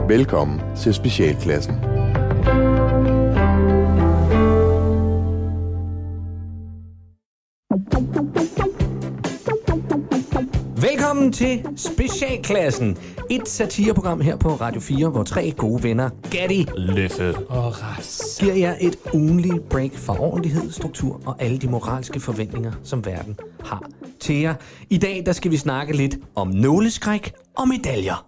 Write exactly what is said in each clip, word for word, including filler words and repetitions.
Velkommen til Specialklassen. Velkommen til Specialklassen. Et satireprogram her på Radio fire, hvor tre gode venner, Gatti, Løffe og Ras, giver jer et ugenligt break for ordentlighed, struktur og alle de moralske forventninger, som verden har til jer. I dag der skal vi snakke lidt om nåleskræk og medaljer.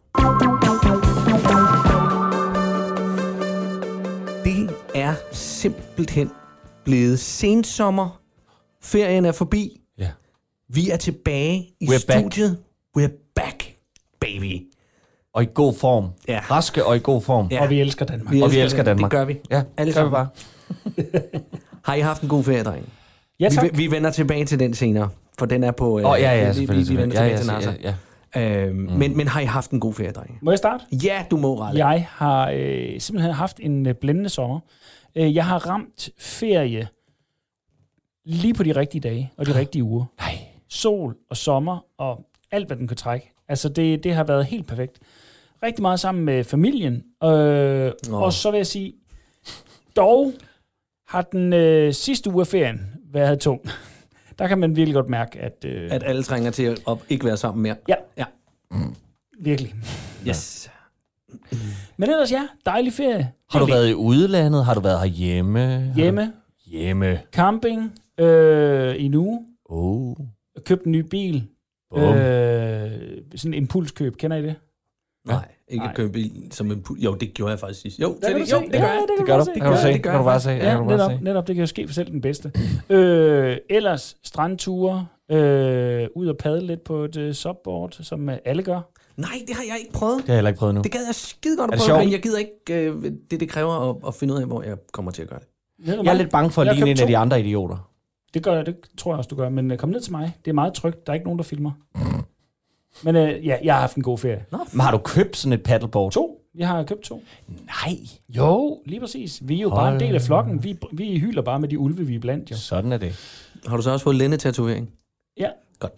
Det er simpelthen blevet sensommer. Ferien er forbi. Ja. Vi er tilbage i We're studiet. Back. We're back, baby. Og i god form. Ja. Raske og i god form. Ja. Og vi elsker Danmark. Vi og vi elsker Danmark. Det gør vi. Ja, alle gør vi sammen. bare. Har I haft en god ferie, drenge? Ja, tak. Vi, vi vender tilbage til den senere, for den er på... Åh, oh, ja, ja, vi, selvfølgelig. vi, vi vender ja, tilbage ja, til NASA. ja, ja. Øhm, mm. men, men har I haft en god ferie, drenge? Må jeg starte? Ja, du må rette. Jeg har øh, simpelthen haft en øh, blændende sommer. Øh, jeg har ramt ferie lige på de rigtige dage og de Ah. rigtige uger. Nej. Sol og sommer og alt, hvad den kan trække. Altså, det, det har været helt perfekt. Rigtig meget sammen med familien. Øh, Nå. og så vil jeg sige, dog har den øh, sidste uge af ferien været tung. Der kan man virkelig godt mærke, at... Øh, At alle trænger til at op, ikke være sammen mere. Ja. Ja. virkelig. Yes. Men ellers ja, dejlig ferie. Har du Helt været i udlandet? Har du været herhjemme? Har hjemme, Du... Hjemme. camping øh, i en uge. Oh. Købt en ny bil. Bum. Øh, sådan en impulskøb. Kender I det? Nej, ikke Nej. at købe bil som en pul- Jo, det gjorde jeg faktisk sidst. Jo, Der det, kan det, du jo, se. det gør Ja, jeg. det Det kan gør du du. se. Det kan du Ja, se. det gør Kan du jeg bare se. faktisk. Ja, Ja, kan du bare netop, se. netop. Det kan jo ske for selv den bedste. øh, ellers strandture. Øh, ud og padle lidt på et uh, subboard, som uh, alle gør. Nej, det har jeg ikke prøvet. Det har jeg heller ikke prøvet nu. Det gad jeg skide godt Er at det prøve, sjovt? men jeg gider ikke øh, det, det kræver at, at finde ud af, hvor jeg kommer til at gøre det. Jeg er lidt bange for at Jeg har ligne en købt af de to. andre idioter. Det gør jeg, det tror jeg også, du gør. Men uh, kom ned til mig. Det er meget trygt. Der er ikke nogen, der filmer. Men uh, ja, jeg har haft en god ferie. Nå, Men har du købt sådan et paddleboard? To. Jeg har købt to. Nej. Jo, lige præcis. Vi er jo Hold. bare en del af flokken. Vi, vi hylder bare med de ulve, vi er blandt, jo. Sådan er det. har du så også fået lændetatovering? Ja. Godt.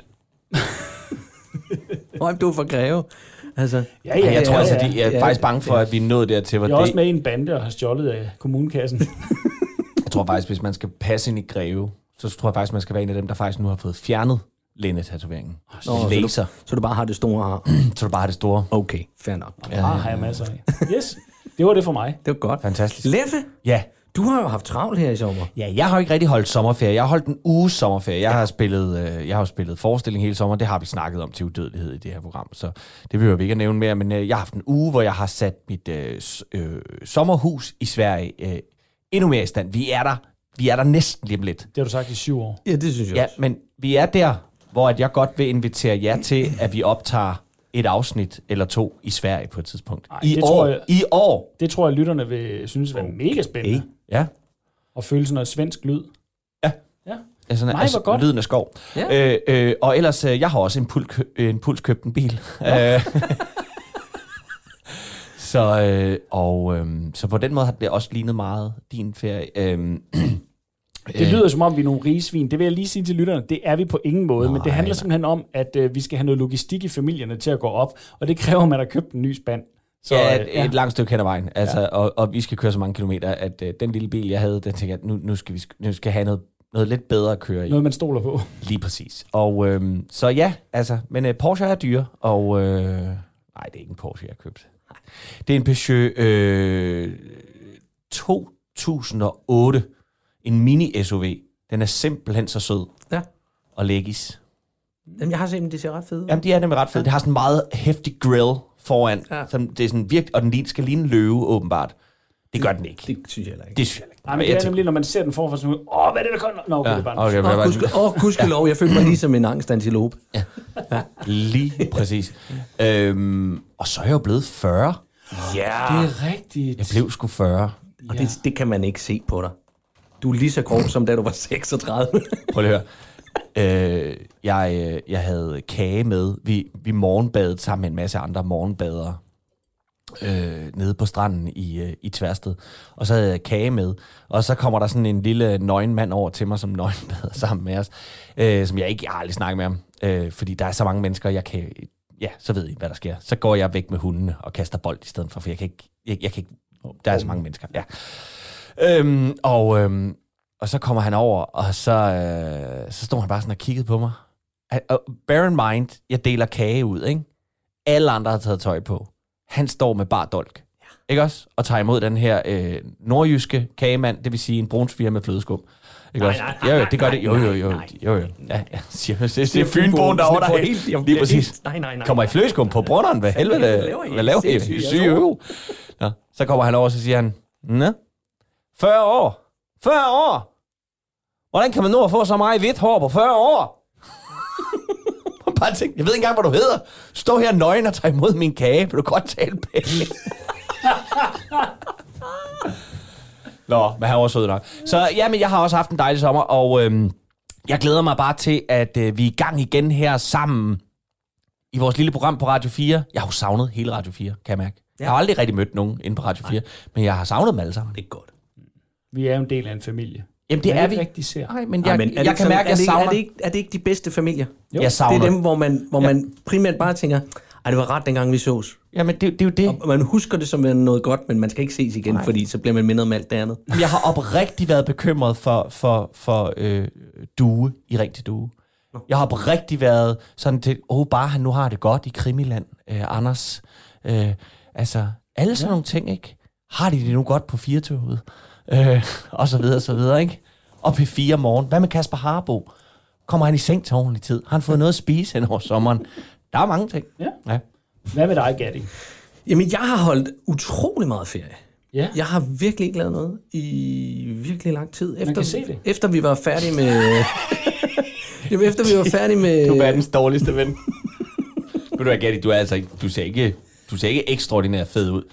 Hvor er du for Greve? Altså, Ja, Ja, jeg tror altså, ja. de er ja. faktisk bange for, at vi er nået dertil, hvor Jeg er også det... med i en bande og har stjålet af kommunekassen. Jeg tror faktisk, hvis man skal passe ind i Greve, så tror jeg faktisk, man skal være en af dem, der faktisk nu har fået fjernet lændetatoveringen. Nå, så Laser. du, så du bare har det store ar. Så du bare har det store. Okay, fair nok. Ja, har jeg masser af. Yes, det var det for mig. Det var godt. Fantastisk. Leffe, Ja. du har jo haft travlt her i sommer. Ja, jeg har jo ikke rigtig holdt sommerferie. Jeg har holdt en uges sommerferie. Jeg har spillet, øh, jeg har jo spillet forestilling hele sommeren. Det har vi snakket om til udødelighed i det her program, så det behøver vi ikke at nævne mere. Men øh, jeg har haft en uge, hvor jeg har sat mit øh, s- øh, sommerhus i Sverige øh, endnu mere i stand. Vi er der, vi er der næsten lige om lidt. Det har du sagt i syv år. Ja, det synes jeg Ja, også. men vi er der, hvor at jeg godt vil invitere jer til, at vi optager et afsnit eller to i Sverige på et tidspunkt. Ej, I det år. tror jeg- I år. Det tror jeg, lytterne vil synes var mega spændende. Ja. Og føle sådan noget svensk lyd. Ja. Ja. Ja, sådan, Nej, altså, hvor godt. lyden af skov. Ja. Øh, øh, og ellers, øh, jeg har også en puls, en puls købt en bil. Øh, så, øh, og, øh, så på den måde har det også lignet meget din ferie. Øh, Det lyder som om, vi er nogle rige svin. Det vil jeg lige sige til lytterne. Det er vi på ingen måde. Nej, men det handler nej. simpelthen om, at øh, vi skal have noget logistik i familierne til at gå op. Og det kræver, at man har købt en ny spand. Så, ja, et, øh, et langt stykke hen ad vejen. Altså, ja. og, og vi skal køre så mange kilometer, at øh, den lille bil, jeg havde, den tænker jeg, nu, nu skal vi nu skal jeg have noget, noget lidt bedre at køre i. Noget, man stoler på. Lige præcis. Og øh, så ja, altså, men øh, Porsche er dyr, og øh, nej, det er ikke en Porsche, jeg har købt. Det er en Peugeot øh, to tusind og otte, en mini-S U V. Den er simpelthen så sød. Ja. Og læggis. Jamen, jeg har set dem, de ser ret fede ud. Jamen, de er nemlig ret fede. Det har sådan en meget heftig grill foran. Ja. Som, det er sådan virkelig, og den lige- skal ligne en løve, åbenbart. Det gør den ikke. Det synes jeg heller ikke. Det synes jeg ikke. Nej, men det Jeg er tænker- nemlig, når man ser den forfra, så man, åh, hvad er det, der kommer? Nå, okay, Ja, det er bare en- okay, Åh, men jeg gudske, åh, gudskelov, jeg følte mig lige som en angstantilope. lige præcis. øhm, og så er jeg jo blevet fyrre. Ja. Det er rigtigt. Jeg blev sgu fyrre. Og det, det kan man ikke se på dig. Du er lige så grov, som da du var seksogtredive. Prøv lige at høre. Øh, jeg, øh, jeg havde kage med. Vi, vi morgenbadede sammen med en masse andre morgenbadere øh, nede på stranden i, øh, i Tværsted. Og så havde jeg kage med. Og så kommer der sådan en lille nøgen mand over til mig, som nøgenbader sammen med os. Øh, som jeg ikke jeg har aldrig snakket med ham. Øh, fordi der er så mange mennesker, jeg kan ja, så ved I, hvad der sker. Så går jeg væk med hundene og kaster bold i stedet for, for jeg kan ikke, jeg, jeg kan ikke, der er så mange mennesker. Ja. Øhm, og, øhm, og så kommer han over, og så, øh, så står han bare sådan og kiggede på mig. Og bear in mind, jeg deler kage ud, ikke? Alle andre har taget tøj på. Han står med bar dolk. Ja. Ikke også? Og tager imod den her øh, nordjyske kagemand, det vil sige en brunsviger med flødeskum. Ikke nej, også? nej, nej, jo, jo, det gør nej, det. Jo, jo, jo. nej, jo, jo. Ja, ja. Siger, det, det er fynbrun derovre, der helt. Lige præcis. Nej, nej, nej. Kommer i flødeskum på brunderen. Hvad helvede? Hvad laver I? Syge øv. Nå, så kommer han over, og så siger han, Nå, fyrre år. fyrre år. Hvordan kan man nå at få så meget hvidt hår på fyrre år? Bare tænk, jeg ved ikke engang, hvad du hedder. Stå her nøgen og tager imod min kage. Vil du godt tale pænt? Nå, men han var sød nok. Så ja, men jeg har også haft en dejlig sommer, og øhm, jeg glæder mig bare til, at øh, vi er i gang igen her sammen i vores lille program på Radio fire. Jeg har jo savnet hele Radio fire, kan jeg mærke. Ja. Jeg har aldrig rigtig mødt nogen inde på Radio fire, nej, men jeg har savnet dem alle sammen. Det er godt. Vi er jo en del af en familie. Jamen, det men er vi. Rigtig ser. Nej, men jeg, Ej, men jeg, jeg kan mærke, at jeg savner... Er det, ikke, er det ikke de bedste familier? Jo. Jeg savner... Det er dem, hvor man, hvor ja. man primært bare tænker, ej, det var ret dengang, vi sås. Jamen, det, det er jo det. Og man husker det som noget godt, men man skal ikke ses igen, nej, fordi så bliver man mindet om alt det andet. Jeg har oprigtigt været bekymret for, for, for øh, Due i Ring til Due. Nå. Jeg har oprigtigt været sådan til, åh, oh, bare han nu har det godt i Krimiland, øh, Anders. Øh, altså, alle sådan ja. nogle ting, ikke? Har de det nu godt på firetoget? Øh, og så videre, så videre, ikke? Og P fire morgen. Hvad med Kasper Harbo? Kommer han i seng til ordentlig tid? Har han fået noget at spise hen over sommeren? Der er mange ting. Ja. Ja. Hvad med dig, Gatti? Jamen, jeg har holdt utrolig meget ferie. Ja. Jeg har virkelig ikke lavet noget i virkelig lang tid. Efter, Man kan se det. Efter vi var færdige med... Jamen, efter vi var færdige med... Du er verdens dårligste ven. Ved du hvad, Gatti, du er altså ikke... Du ser ikke, du ser ikke ekstraordinært fed ud.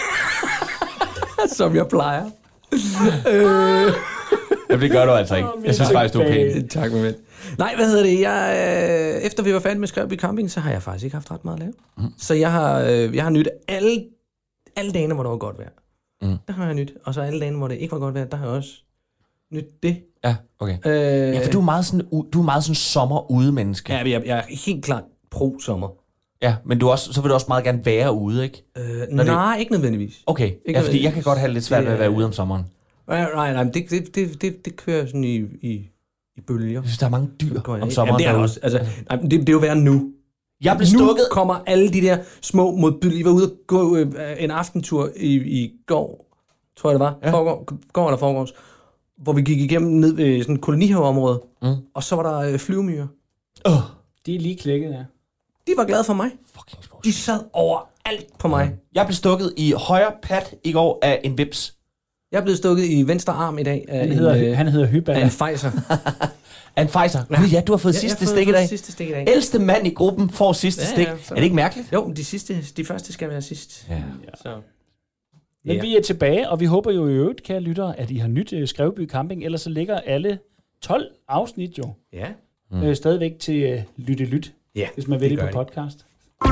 Som jeg plejer. øh... Jamen, det gør du altså ikke. Jeg synes faktisk, du er pæn. Tak, med Nej, hvad hedder det? Jeg, øh, efter vi var færdige med Skørby Camping, så har jeg faktisk ikke haft ret meget at lave. Mm. Så jeg har, øh, jeg har nyt alle, alle dagene, hvor der var godt vejr. Mm. Der har jeg nyt. Og så alle dagene, hvor det ikke var godt vejr, der har jeg også nyt det. Ja, okay. Øh, ja, for du er meget sådan, du er meget sådan sommer-ude-menneske. Ja, jeg, jeg er helt klart pro-sommer. Ja, men du også, så vil du også meget gerne være ude, ikke? Øh, nej, det... ikke nødvendigvis. Okay, ikke ja, fordi jeg kan godt have lidt svært ved at være ude om sommeren. Nej, nej, nej, det, det, det, det, det kører sådan i, i, i bølger. Jeg synes, der er mange dyr om sommeren. Jamen, det er også. Altså, nej, det, det er jo værre nu. Jeg blev stukket. Nu kommer alle de der små modbydelige. Jeg var ude og gå øh, en aftentur i, i går, tror jeg det var. Ja. Forgår, går eller forgårs. Hvor vi gik igennem ned ved sådan et kolonihaveområde. Mm. Og så var der øh, flyvemyrer. Oh. De er lige klikket, ja. De var glade for mig. De sad overalt på mig. Jeg blev stukket i højre pat i går af en vips. Jeg er blevet stukket i venstre arm i dag. Af han, hedder, en, øh, han hedder Hyba. Af en Pfizer. Af en Pfizer? Ja. Gud, ja, du har fået ja, sidste stik i dag. Sidste stik i dag. Ældste mand i gruppen får sidste ja, stik. Ja, er det ikke mærkeligt? Jo, de, sidste, de første skal være sidst. Ja. Så. Men ja. Vi er tilbage, og vi håber jo i øvrigt, kære lyttere, at I har nyt uh, Skrevby Camping, ellers så ligger alle tolv afsnit jo ja. mm. øh, stadigvæk til uh, Lytte Lyt, ja, hvis man vil det, det på det. podcast.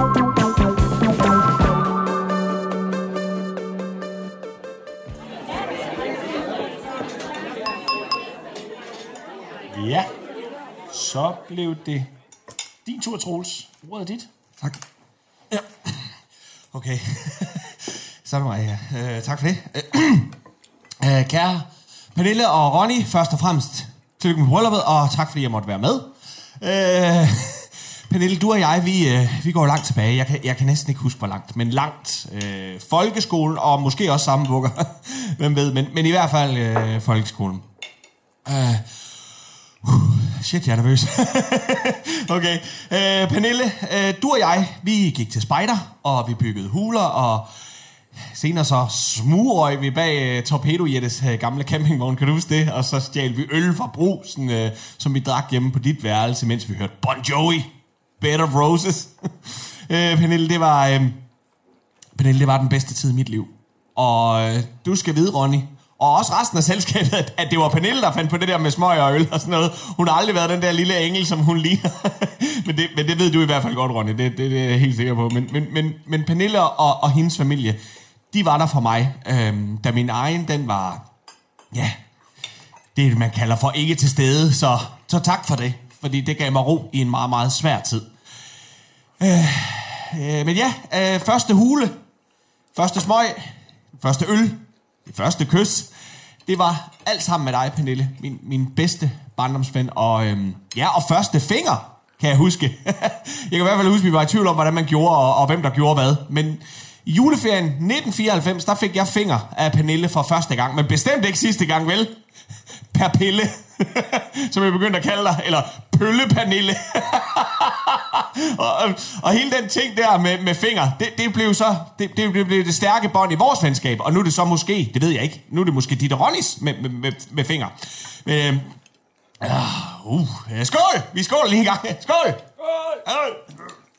Ja, så blev det din tur, Troels. Ordet er dit. Tak. Ja. Okay. Så er det mig, ja. Uh, tak for det. Uh, kære Pernille og Ronny, først og fremmest tillykke med brylluppet, og tak fordi jeg måtte være med. Uh, Pernille, du og jeg, vi, uh, vi går langt tilbage. Jeg kan, jeg kan næsten ikke huske, hvor langt, men langt. Uh, folkeskolen, og måske også sammenvugger. Hvem ved, men, men i hvert fald uh, folkeskolen. Uh, Shit, jeg er nervøs. Okay. Øh, Pernille, øh, du og jeg, vi gik til spejder, og vi byggede huler, og senere så smurøg vi bag øh, Torpedo-Jettes øh, gamle campingvogn, kan du huske det? Og så stjal vi øl fra brusen, øh, som vi drak hjemme på dit værelse, mens vi hørte Bon Jovi, Bed of Roses. øh, Pernille, det var, øh, Pernille, det var den bedste tid i mit liv. Og øh, du skal vide, Ronny, og også resten af selskabet, at, at det var Pernille, der fandt på det der med smøg og øl og sådan noget. Hun har aldrig været den der lille engel, som hun ligner. men, det, men det ved du i hvert fald godt, Ronny. Det, det, det er jeg helt sikker på. Men, men, men, men Pernille og, og hendes familie, de var der for mig. Øhm, da min egen, den var, ja, det man kalder for ikke til stede. Så, så tak for det, fordi det gav mig ro i en meget, meget svær tid. Øh, Øh, men ja, øh, første hule, første smøg, første øl, det første kys, det var alt sammen med dig, Pernille, min, min bedste barndomsven. Og øhm, ja, og første finger, kan jeg huske. Jeg kan i hvert fald huske, at vi var i tvivl om, hvordan man gjorde, og, og hvem der gjorde hvad. Men i juleferien nitten fireoghalvfems, der fik jeg finger af Pernille for første gang. Men bestemt ikke sidste gang, vel? Per Pille, som jeg begyndte at kalde dig. Eller Pølle-Pernille. og, og, og hele den ting der med, med finger, det, det blev så det, det, det blev det stærke bånd i vores venskab. Og nu er det så måske, det ved jeg ikke, nu er det måske dit og Ronnys med, med, med, med finger. Men, uh, uh, skål! Vi skåler lige en gang. Skål! Skål!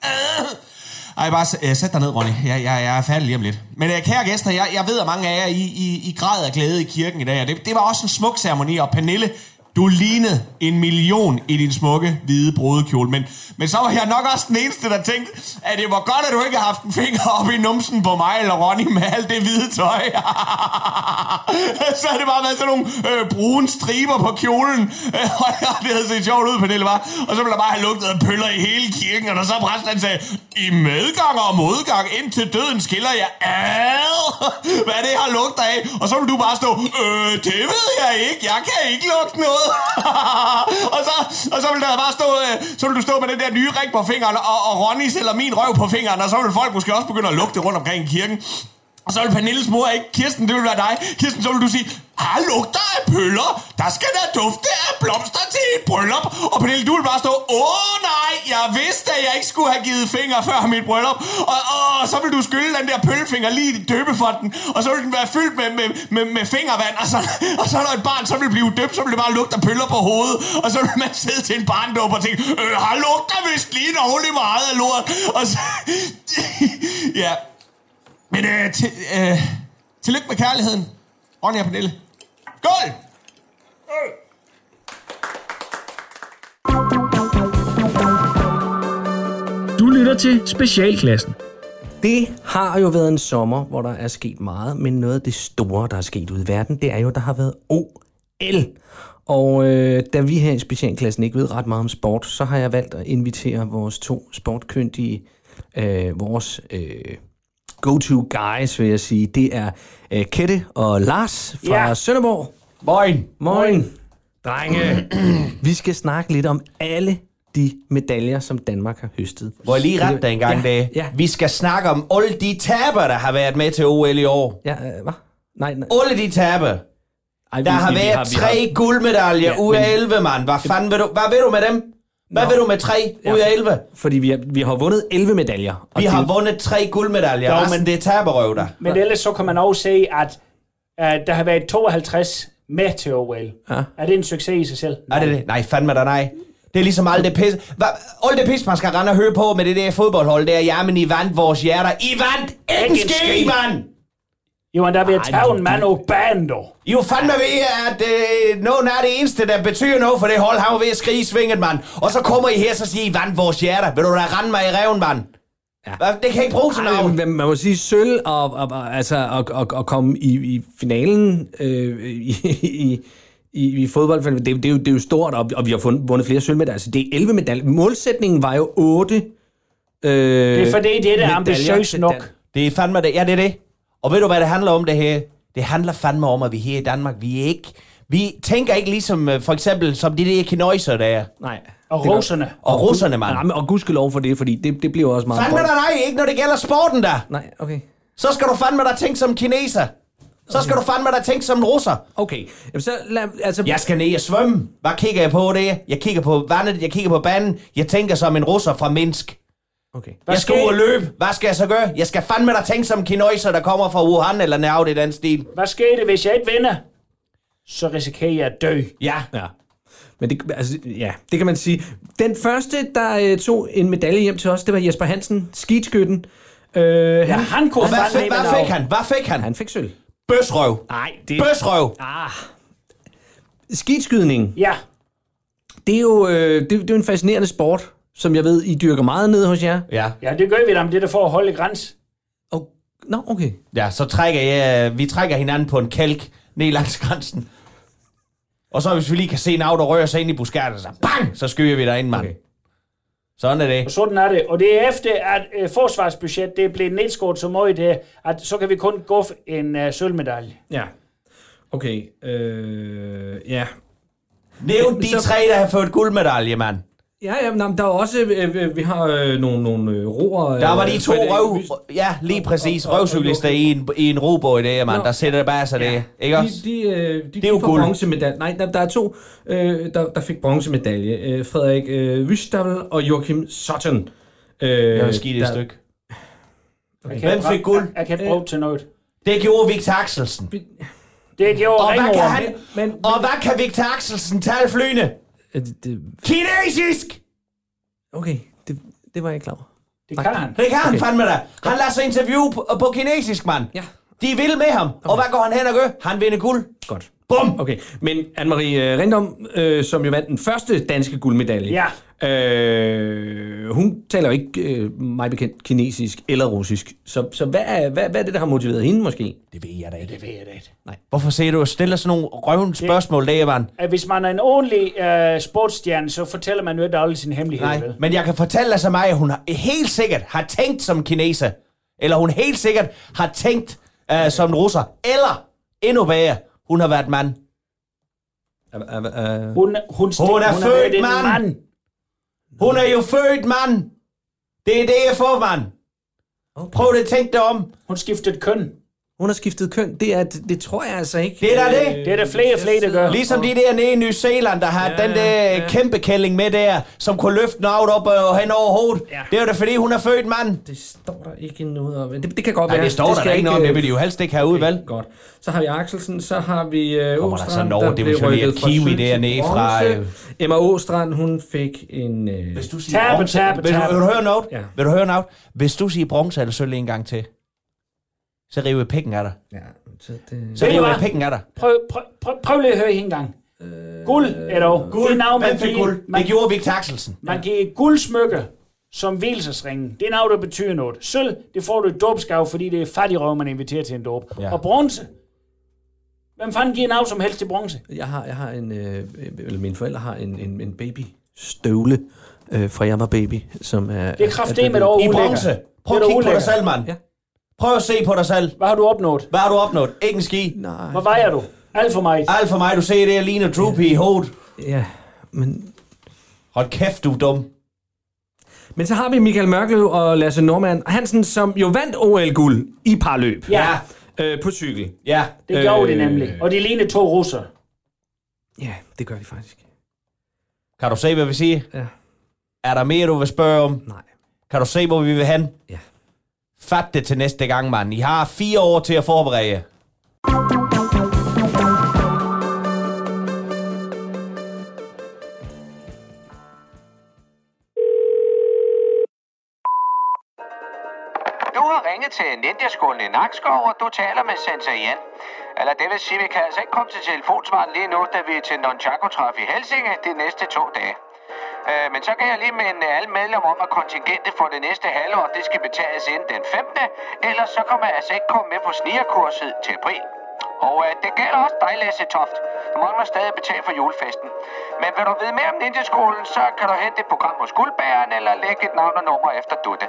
Ej, bare uh, sæt dig ned, Ronny. Jeg, jeg, jeg er færdig lige om lidt. Men uh, kære gæster, jeg, jeg ved, at mange af jer I, I, I græd af glæde i kirken i dag. Og det, det var også en smuk ceremoni, og Pernille, du lignede en million i din smukke, hvide brudekjole. Men, men så var jeg nok også den eneste, der tænkte, at det var godt, at du ikke har haft en finger op i numsen på mig eller Ronny med alt det hvide tøj. Så har det bare været sådan nogle øh, brune striber på kjolen. Og det havde set sjovt ud, Pernille, var. Og så ville der bare have lugtet af pøller i hele kirken. Og der så præsten han sagde, i medgang og modgang, indtil døden skiller jer ad. Hvad det har lugter af? Og så vil du bare stå, øh, det ved jeg ikke. Jeg kan ikke lugte noget. og, så, og så vil der bare stå øh, så vil du stå med den der nye ring på fingeren og, og Ronnys eller min røv på fingeren, og så vil folk måske også begynde at lugte rundt omkring i kirken. Og så vil Pernilles mor ikke, Kirsten, det vil være dig. Kirsten, så vil du sige, her lugter af pøller. Der skal der dufte af blomster til et bryllup. Og Pernille, du vil bare stå, åh nej, jeg vidste, at jeg ikke skulle have givet fingre før mit bryllup. Og, og, og så vil du skylle den der pøllefinger lige i døbefonden. Og så vil den være fyldt med, med, med, med fingervand. Og så, og så når et barn så vil blive døbt, så vil det bare lugte af pøller på hovedet. Og så vil man sidde til en barndåb og tænke, øh, her lugter vist lige dårlig meget af lort. Og så, ja... Men øh, til, øh, tillykke med kærligheden, Ronny og Pernille. Skål! Skål! Du lytter til Specialklassen. Det har jo været en sommer, hvor der er sket meget, men noget af det store, der er sket ude i verden, det er jo, der har været O L. Og øh, da vi her i Specialklassen ikke ved ret meget om sport, så har jeg valgt at invitere vores to sportkyndige, øh, vores... Øh, go-to guys, vil jeg sige. Det er øh, Kette og Lars fra Ja. Sønderborg. Moin. Moin. Drenge. Vi skal snakke lidt om alle de medaljer, som Danmark har høstet. Må jeg lige rette dig en gang, ja, dag? ja. Vi skal snakke om alle de taber, der har været med til O L i år. Ja, øh, hvad? Nej, nej. Alle de taber. Ej, Der vi, har vi, været vi har, vi tre har, guldmedaljer Ja, ud af men- elleve, mand. Hvad fanden vil du, hvad vil du med dem? Hvad Nå. vil du med tre Ja, ud af elleve? Fordi vi har, vi har vundet elleve medaljer. Og Vi det- har vundet tre guldmedaljer. Jo, Resten, men- det er taberøv der. Men ellers så kan man også se, at uh, der har været tooghalvtreds med til O L. Ja. Er det en succes i sig selv? Er det det? Nej, fandme da nej. Det er ligesom alt det pis. Hvad? Alt det pis, man skal rende og høre på med det der fodboldhold der. Ja, men I vandt vores hjerter. I vandt ikke en skid, mand! Jo, men der vil Ej, tage en du- mand og band, dog. I er jo fandme ved, at øh, nogen er det eneste, der betyder noget for det hold. Han var ved at skrige i svinget, mand. Og så kommer I her, så siger I, vandt vores hjerter. Vil du da rende mig i reven, mand? Ja. Hvad? Det kan ikke bruge til Ej, noget. man man må sige sølv og, og, og, altså, og, og, og komme i, i finalen øh, i, i, i, i fodbold, det, det, er jo, det er jo stort, og, og vi har fundet, vundet flere sølvmedaljer. Altså, det er elleve medaljer. Målsætningen var jo otte øh, Det er fordi, det er det ambitiøst nok. Det er fandme det. Ja, det er det. Og ved du, hvad det handler om, det her? Det handler fandme om, at vi her i Danmark, vi er ikke... Vi tænker ikke ligesom, øh, for eksempel, som de der kinøjser der. Nej. Og Det var- roserne. Og russerne, mand. Nej, men- og gudskelov for det, fordi det, det bliver også meget... Fandme godt. da nej, ikke når det gælder sporten der. Nej, okay. Så skal du fandme da tænke som kineser. Så skal du fandme da tænke som en russer. Okay, jamen så lad, altså... Jeg skal ned og svømme. Hvad kigger jeg på det? Jeg kigger på vandet, jeg kigger på banen. Jeg tænker som en russer fra Minsk. Okay. Jeg skal ud og løbe. Hvad skal jeg så gøre? Jeg skal fandme da tænke som kinøjser, der kommer fra Wuhan eller noget i den stil. Hvad sker det, hvis jeg ikke vinder? Så risikerer jeg at dø. Ja. Ja. Men det, altså, ja, det kan man sige. Den første, der øh, tog en medalje hjem til os, det var Jesper Hansen, skidtskytten. Øh, Ja, han, han kunne Og hvad, fandme fik, hvad med fik han? Hvad fik han? han fik sølv. Bøsrøv. Nej, det... Bøsrøv. Ah. Skidskydning, Ja, det er jo øh, det, det er jo en fascinerende sport, som jeg ved, I dyrker meget nede hos jer. Ja. ja, det gør vi da, men det er der for at holde græns. Og, nå, okay. Ja, så trækker jeg, vi trækker hinanden på en kælk ned langs grænsen. Og så hvis vi lige kan se en auto røre sig ind i buskaget, så bang, så skyder vi derind, mand. Okay. Sådan er det. Og sådan er det. Og det er efter, at øh, forsvarsbudget det er blevet nedskåret så meget, det, at så kan vi kun gå for en øh, sølvmedalje. Ja. Okay. Øh, ja. Nævn de Så- tre, der har fået guldmedalje, mand. Ja, ja, men der er også, øh, vi har øh, nogle, nogle øh, roer. Der var de øh, to for det- røv... Ja, lige præcis. Røvcyklister i en, i en robåd i det, mand. Nå. Der sætter det bare sig det. Ikke også? De, de, øh, de, Det er jo de får guld. bronzemedalje. Nej, der, der er to, øh, der, der fik bronzemedalje. Øh, Frederik øh, Wüstabel og Joachim Sutton. Øh, Jeg vil skidt et der- stykke. Jeg Hvem fik guld? Jeg, jeg kan ikke bruge til noget. Det gjorde Victor Axelsen. Det gjorde Og hvad kan Ringorm. han... Men, Og hvad kan Victor Axelsen tale flyende? øh, det, det, Kinesisk! okay, det, det var jeg ikke klar over. Det kan han. Det kan han Okay. fandme da. Han lader sig interview på, på kinesisk, mand. Ja. De er vilde med ham. Og hvad går han hen og gør? Han vinder guld. Godt. Bum! Okay, men Anne-Marie øh, Rindom, øh, som jo vandt den første danske guldmedalje, Ja. øh, hun taler jo ikke øh, mig bekendt kinesisk eller russisk. Så, så hvad, er, hvad, hvad er det, der har motiveret hende måske? Det ved jeg da ikke. Det ved jeg da ikke. Hvorfor siger du og stiller sådan nogle røvende spørgsmål, der, mand? At hvis man er en ordentlig øh, sportsstjerne, så fortæller man jo ikke alle sine hemmeligheder. Nej, vel? men jeg kan fortælle dig så mig, at hun har, helt sikkert har tænkt som kineser. Eller hun helt sikkert har tænkt uh, som en russer. Eller, endnu værre, hun har været mand. Uh, uh, uh, Hun, hun, Hun er har født været en mand. Hun er jo født mand. Det er det, jeg får, mand. okay. Prøv det at tænke dig om. Hun skiftede køn. Hun har skiftet køn. Det, er, det, det tror jeg altså ikke. Det er da det. Det er der flere og flere, der gør. Ligesom de der nede i New Zealand, der har Ja, den der ja. kæmpe kælling med der, som kunne løfte den out op og hen over hovedet. Ja. Det er jo da fordi, hun er født mand. Det står der ikke noget om. Det, det kan godt Nej, være. det står der skal da ikke noget om. øh, Det vil de jo helst ikke have ud, vel? Godt. Så har vi Axelsen, så har vi øh, Kommer der Åstrand, sådan over, der blev divisioneret rykket fra kiwi sølv til dernede fra, bronze. øh. Emma Åstrand, hun fik en... Øh, Hvis du siger Tabe, bronze, tabe, vil, du- tabe. vil du høre noget? Ja. Vil du høre noget? Hvis du siger bronze eller sølv en gang til, så river jeg pikken af dig. ja, så det, Så Ved du river jeg hvad? pikken af dig. Prøv, prøv, prøv, prøv lige at høre en gang. Øh, guld er dog. Det er navn, man Hvem fik giver, guld? man, Det gjorde Victor Axelsen. man giver guldsmykke som hvilesesringen. Det er navn, der betyder noget. Sølv, det får du i dåbsgave, fordi det er fattigrøv, man inviterer til en dåb. Ja. Og bronze. Hvem fanden giver navn som helst til bronze? jeg har, jeg har en... Øh, eller mine forældre har en, en, en baby støvle øh, fra jeg var baby, som er... Det er kraftedeme dog I ulækkert. bronze. Prøv Det at er da kigge på dig ulækkert. selv, mand. Ja. Prøv at se på dig selv. Hvad har du opnået? Hvad har du opnået? Ikke en ski. Nej. Hvad vejer du? Alt for mig. Alt for mig, du ser det, jeg ligner droopy i hovedet. Ja, men... Hold kæft, du er dum. Men så har vi Michael Mørkøv og Lasse Norman Hansen, som jo vandt O L-guld i parløb. Ja, Øh, på cykel. Ja. det gjorde Øh. de nemlig. Og de lignede to russer. Ja, det gør de faktisk. Kan du se, hvad vi siger? Ja. Er der mere, du vil spørge om? Nej. Kan du se, hvor vi vil hen? Ja. Fat det til næste gang, mand. I har fire år til at forberede jer. Du har ringet til Ninja-skolen i Nakskov, og du taler med Sensei Jan. Eller det vil sige, vi kan altså ikke komme til telefonsvaren lige nu, da vi er til Nunchaku-træf i Helsinge de næste to dage. Øh, men så kan jeg lige minde alle medlemmer om, at kontingentet for det næste halvår, det skal betales inden den femte Ellers så kommer jeg altså ikke komme med på snigerkurset til april. Og øh, det gælder også dig, Lasse Toft. Du mangler stadig betale for julefesten. Men vil du vide mere om Ninja-skolen, så kan du hente et program hos Guldbæren, eller lægge et navn og nummer efter Dutte.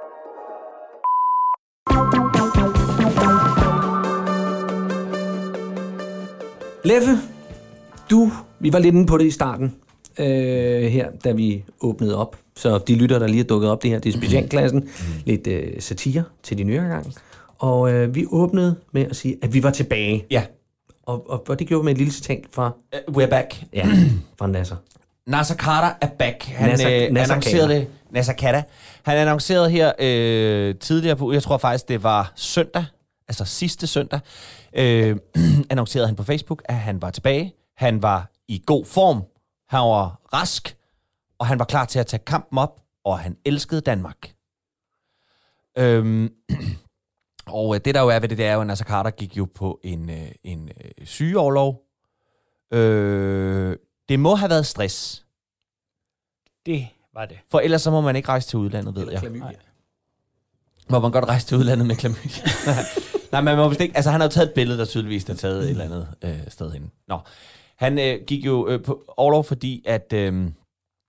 Leffe, du, vi var lidt inde på det i starten, øh, her, da vi åbnede op. Så de lytter, der lige er dukket op, det her, det er specialklassen. Lidt øh, satire til de nye gang. Og øh, vi åbnede med at sige, at vi var tilbage. Ja. Og, og, og det gjorde vi med et lille citat fra, Uh, we're back. ja, fra Nasser. Nasser Carter er back. Han Nasser- øh, Nasser annoncerede Carter. det. Nasser Carter. Han annoncerede her øh, tidligere på, jeg tror faktisk, det var søndag, altså sidste søndag, øh, annoncerede han på Facebook, at han var tilbage. Han var i god form. Han var rask. Og han var klar til at tage kampen op. Og han elskede Danmark. Øhm, og øh, det der jo er ved det, det er jo, at Nasser Carter gik jo på en, øh, en øh, sygeoverlov. Øh, det må have været stress. Det var det. For ellers så må man ikke rejse til udlandet, ved jeg. Klamydia. Må man godt rejse til udlandet med klamydia? Nej, men man må vist ikke. Altså, han har jo taget et billede, der tydeligvis er taget et eller andet øh, sted hen. Nå. Han øh, gik jo øh, på overlov, fordi at øh,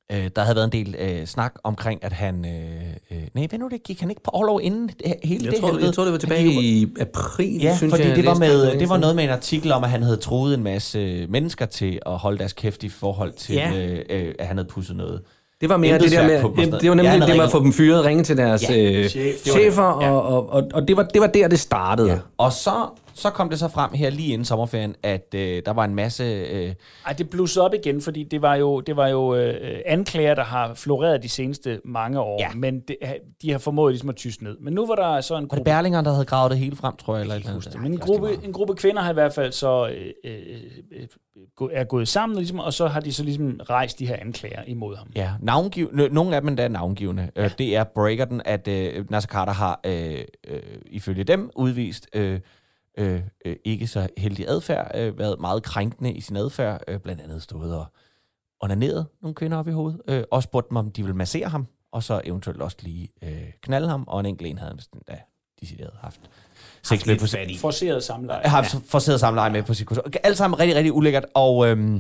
Øh, der havde været en del øh, snak omkring, at han... Øh, øh, nej, hvad nu det? Gik han ikke på overlov inden det, hele jeg det? Tror, jeg tror, det var tilbage i april, ja, synes fordi jeg. det var, med, det det var noget med en artikel om, at han havde troet en masse mennesker til at holde deres kæft i forhold til, ja. øh, øh, at han havde pudset noget. Det var mere det der med, det, det var nemlig ja, det med at få dem fyret, ringe til deres ja, øh, chefer, ja. og, og, og, og det, var, det var der, det startede. Ja. Og så, så kom det så frem her lige inden sommerferien, at øh, der var en masse... Øh... Ej, det blussede op igen, fordi det var jo, det var jo øh, anklager, der har floreret de seneste mange år, ja. men det, de har formået ligesom at tyste ned. Men nu var der så en gruppe... Var det Berlinger, der havde gravet det hele frem, tror jeg? Eller eller andet? Men en gruppe, en gruppe kvinder har i hvert fald så øh, øh, er gået sammen, ligesom, og så har de så ligesom rejst de her anklager imod ham. Ja, navngiv, nogle af dem der er navngivende. Ja. Det er breaker den, at øh, Naser Khader har øh, øh, ifølge dem udvist øh, øh, øh, ikke så heldig adfærd, øh, været meget krænkende i sin adfærd, øh, blandt andet stået og onaneret nogle kvinder op i hovedet, øh, og spurgte dem, om de ville massere ham, og så eventuelt også lige øh, knalde ham, og en enkelt en havde han da decideret haft. Sex med på sit forceret samleje. Har ja. forceret samleje med på sit kursus. Alt sammen rigtig, rigtig ulækkert. Og, øhm,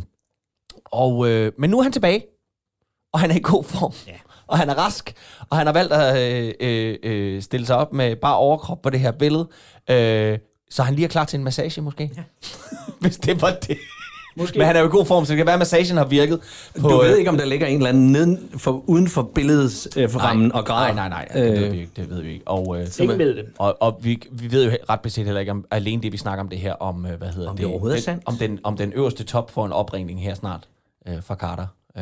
og, øh, men nu er han tilbage, og han er i god form. Ja. Og han er rask, og han har valgt at øh, øh, stille sig op med bare overkrop på det her billede. Øh, så han lige er klar til en massage, måske. Ja. Hvis det var det. Måske. Men han er jo i god form, så det kan være, at massagen har virket. På, du ved ikke, om der ligger en eller anden neden for, uden for billedets øh, for rammen og græder. Nej, nej, nej. Det ved vi ikke. Det ved vi ikke. Og, øh, ingen ved det. Og, og vi, vi ved jo ret beset heller ikke om alene det, vi snakker om det her, om, øh, hvad hedder om det? det den, sandt. om, den, om den øverste top får en opringning her snart øh, fra Khader. Øh.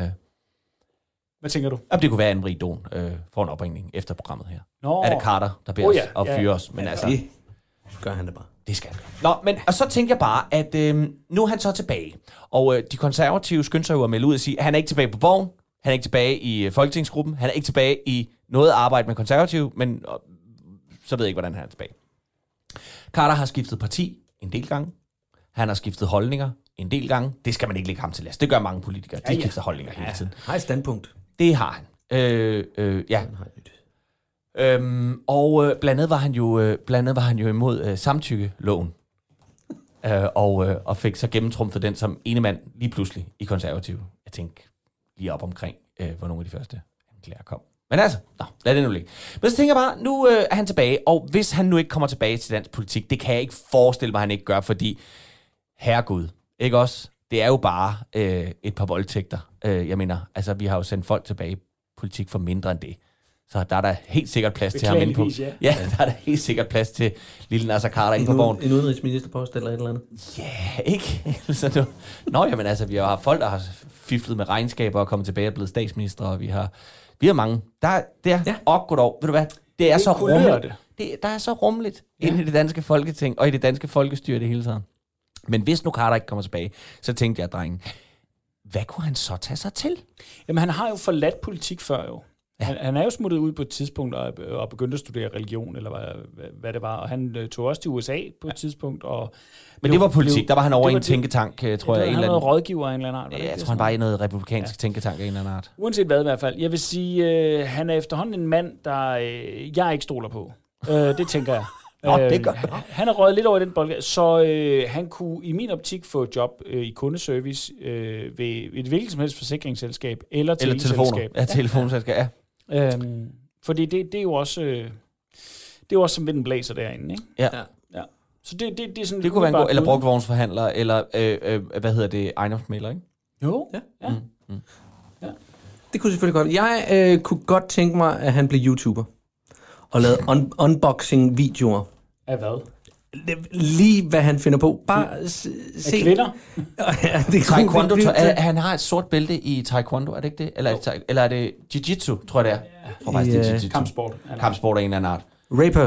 Hvad tænker du? Om det kunne være, at Anne-Marie Dohn øh, får en opringning efter programmet her. Nå. Er det Khader, der beder oh, os ja. at fyre ja. os? Men ja, altså, det gør han det bare. Det skal han gøre. Nå, men og så tænker jeg bare, at øh, nu er han så tilbage. Og øh, de konservative skynder sig jo at melde ud og sige, at han er ikke tilbage på borgen, han er ikke tilbage i øh, folketingsgruppen, han er ikke tilbage i noget arbejde med konservative, men øh, så ved jeg ikke, hvordan han er tilbage. Khader har skiftet parti en del gange. Han har skiftet holdninger en del gange. Det skal man ikke lægge ham til last. Det gør mange politikere. De ja, ja. skifter holdninger hele tiden. Ja, har et standpunkt. Det har han. Øh, øh, ja. Øhm, og øh, blandt andet var han jo øh, blandt andet var han jo imod øh, samtykkeloven. øh, og, øh, og fik så gennemtrumfet den som ene mand lige pludselig i konservative. Jeg tænker lige op omkring, øh, hvor nogle af de første anklager kom. Men altså, nå, lad det nu ligge. Men så tænker jeg bare, nu øh, er han tilbage, og hvis han nu ikke kommer tilbage til dansk politik, det kan jeg ikke forestille mig, han ikke gør, fordi herregud, ikke også? Det er jo bare øh, et par voldtægter. Øh, jeg mener, altså vi har jo sendt folk tilbage i politik for mindre end det. Så der er der helt sikkert plads til ham inde på. Ja. ja, der er der helt sikkert plads til lille Naser Khader inde på borgen. En udenrigsministerpost eller et eller andet? Ja, yeah, ikke? Så Nå, jamen altså, vi har haft folk, der har fiflet med regnskaber og kommet tilbage og blevet statsminister, og vi har, vi har mange. Der, det er ja. Og goddag, ved du hvad? Det er det så rummeligt. Det, der er så rummeligt ja. inde i det danske folketing, og i det danske folkestyre det hele tiden. Men hvis nu Khader ikke kommer tilbage, så tænkte jeg, drengen, hvad kunne han så tage sig til? Jamen, han har jo forladt politik før jo. Ja. Han, han er jo smuttet ud på et tidspunkt og, og begyndte at studere religion, eller hvad, hvad det var. Og han øh, tog også til U S A på et ja. tidspunkt. Og Men det var politik. Blev, der var han over i en tænketank, tror ja, jeg. Han var en eller anden rådgiver af en eller anden art. Ja, jeg tror, han var i noget republikansk ja. tænketank af en eller anden art. Uanset hvad i hvert fald. Jeg vil sige, øh, han er efterhånden en mand, der øh, jeg ikke stoler på. øh, det tænker jeg. Nå, det gør han. Han er røget lidt over i den bold, så øh, han kunne i min optik få job øh, i kundeservice øh, ved et hvilket som helst forsikringsselskab eller, eller telefoner. Ja, telefonselskab, ja. Øhm, fordi det, det er jo også øh, det er jo også som vinden blæser derinde, ikke? Ja. ja. Så det, det, det er sådan det kunne være en god, eller brugtvognsforhandler, eller øh, øh, hvad hedder det, ejendomsmægler, ikke? Jo, ja. ja. Mm. Mm. ja. Det kunne selvfølgelig godt. Jeg øh, kunne godt tænke mig, at han blev YouTuber og lavede un- unboxing-videoer. Af hvad? Lige hvad han finder på. Bare se. Af kvinder? ja, det taekwondo. Er, han har et sort bælte i taekwondo, er det ikke det? Eller, er det, eller er det jiu-jitsu, tror jeg det er? Jeg tror faktisk, det er jiu-jitsu. Kampsport. Kampsport af en eller anden art. Raper.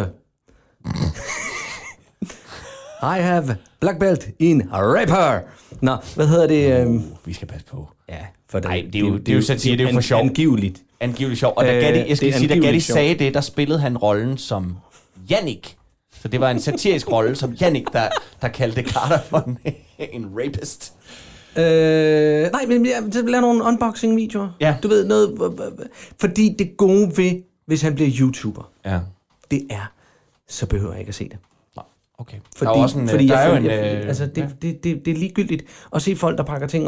I have black belt in raper. Nå, hvad hedder det? Uh, vi skal passe på. Ja, for det, Ej, det er jo, det er jo satire, det er jo for sjov. Angiveligt. Angiveligt sjov. Og da Gatti, jeg skal sige, da Gatti sagde det, der spillede han rollen som Jannik. Så det var en satirisk rolle som Jannik, der, der kaldte Khader for en, en rapist. Øh, nej, men jeg laver nogle unboxing-videoer. Ja. Du ved noget, fordi det gode ved, hvis han bliver YouTuber, ja. det er, så behøver jeg ikke at se det. Okay. Fordi, der er også en, fordi der jeg, er jo jeg, en, jeg, altså det, ja. det, det, det er ligegyldigt at se folk, der pakker ting op.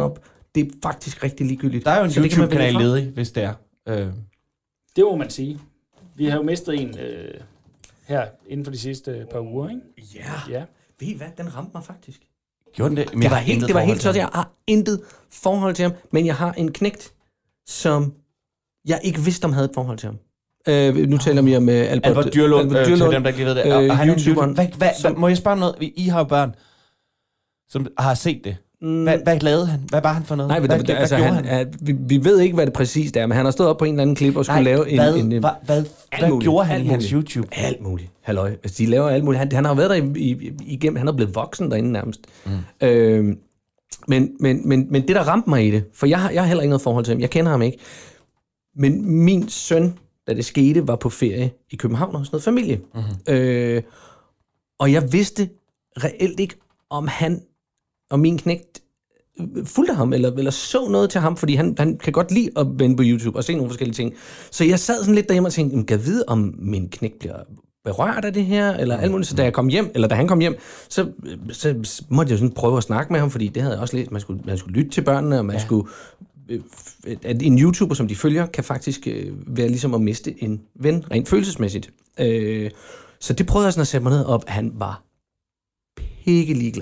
det er faktisk rigtig ligegyldigt. Der er jo en Så det kan man YouTube-kanal vælge fra. ledig, hvis det er. Øh. Det må man sige. Vi har jo mistet en øh, her inden for de sidste par uger, ikke? Ja. Ja. Ved I hvad, den ramte mig faktisk. Gjorde den det? Men Det jeg var har helt, intet det var forhold helt til så, ham. jeg har intet forhold til ham, men jeg har en knægt, som jeg ikke vidste, om havde et forhold til ham. Øh, nu taler vi om uh, Albert, Albert Dyrlund, Albert øh, til dem, der ikke lige ved det. Og, øh, og han er en YouTuberen, YouTuber. Hvad, hvad, som- hvad, må jeg spørge om noget? I har jo børn, som har set det. Hvad, hvad lavede han? Hvad var han for noget? Nej, hvad, hvad, hvad, altså, hvad han, gjorde han? han? Vi, vi ved ikke, hvad det præcist er, men han har stået op på en eller anden klip og skulle Nej, lave en... hvad, en, en hvad, hvad, hvad muligt, gjorde han alt i hans muligt. YouTube? Alt muligt. Halløj. Altså, de laver alt muligt. Han, han har jo været der i, i, igennem... Han er blevet voksen derinde nærmest. Mm. Øh, men, men, men, men det, der ramte mig i det, for jeg har, jeg har heller ikke noget forhold til ham. Jeg kender ham ikke. Men min søn, da det skete, var på ferie i København og sådan noget familie. Mm-hmm. Øh, og jeg vidste reelt ikke, om han og min knægt fulgte ham, eller, eller så noget til ham, fordi han, han kan godt lide at vende på YouTube og se nogle forskellige ting. Så jeg sad sådan lidt derhjemme og tænkte, kan jeg vide, om min knægt bliver berørt af det her, eller alt muligt. Så da jeg kom hjem, eller da han kom hjem, så, så måtte jeg sådan prøve at snakke med ham, fordi det havde jeg også lidt, man skulle, man skulle lytte til børnene, og man ja. skulle... At en YouTuber, som de følger, kan faktisk være ligesom at miste en ven, rent følelsesmæssigt. Så det prøvede jeg sådan at sætte mig ned op. Han var pikke ligeglad.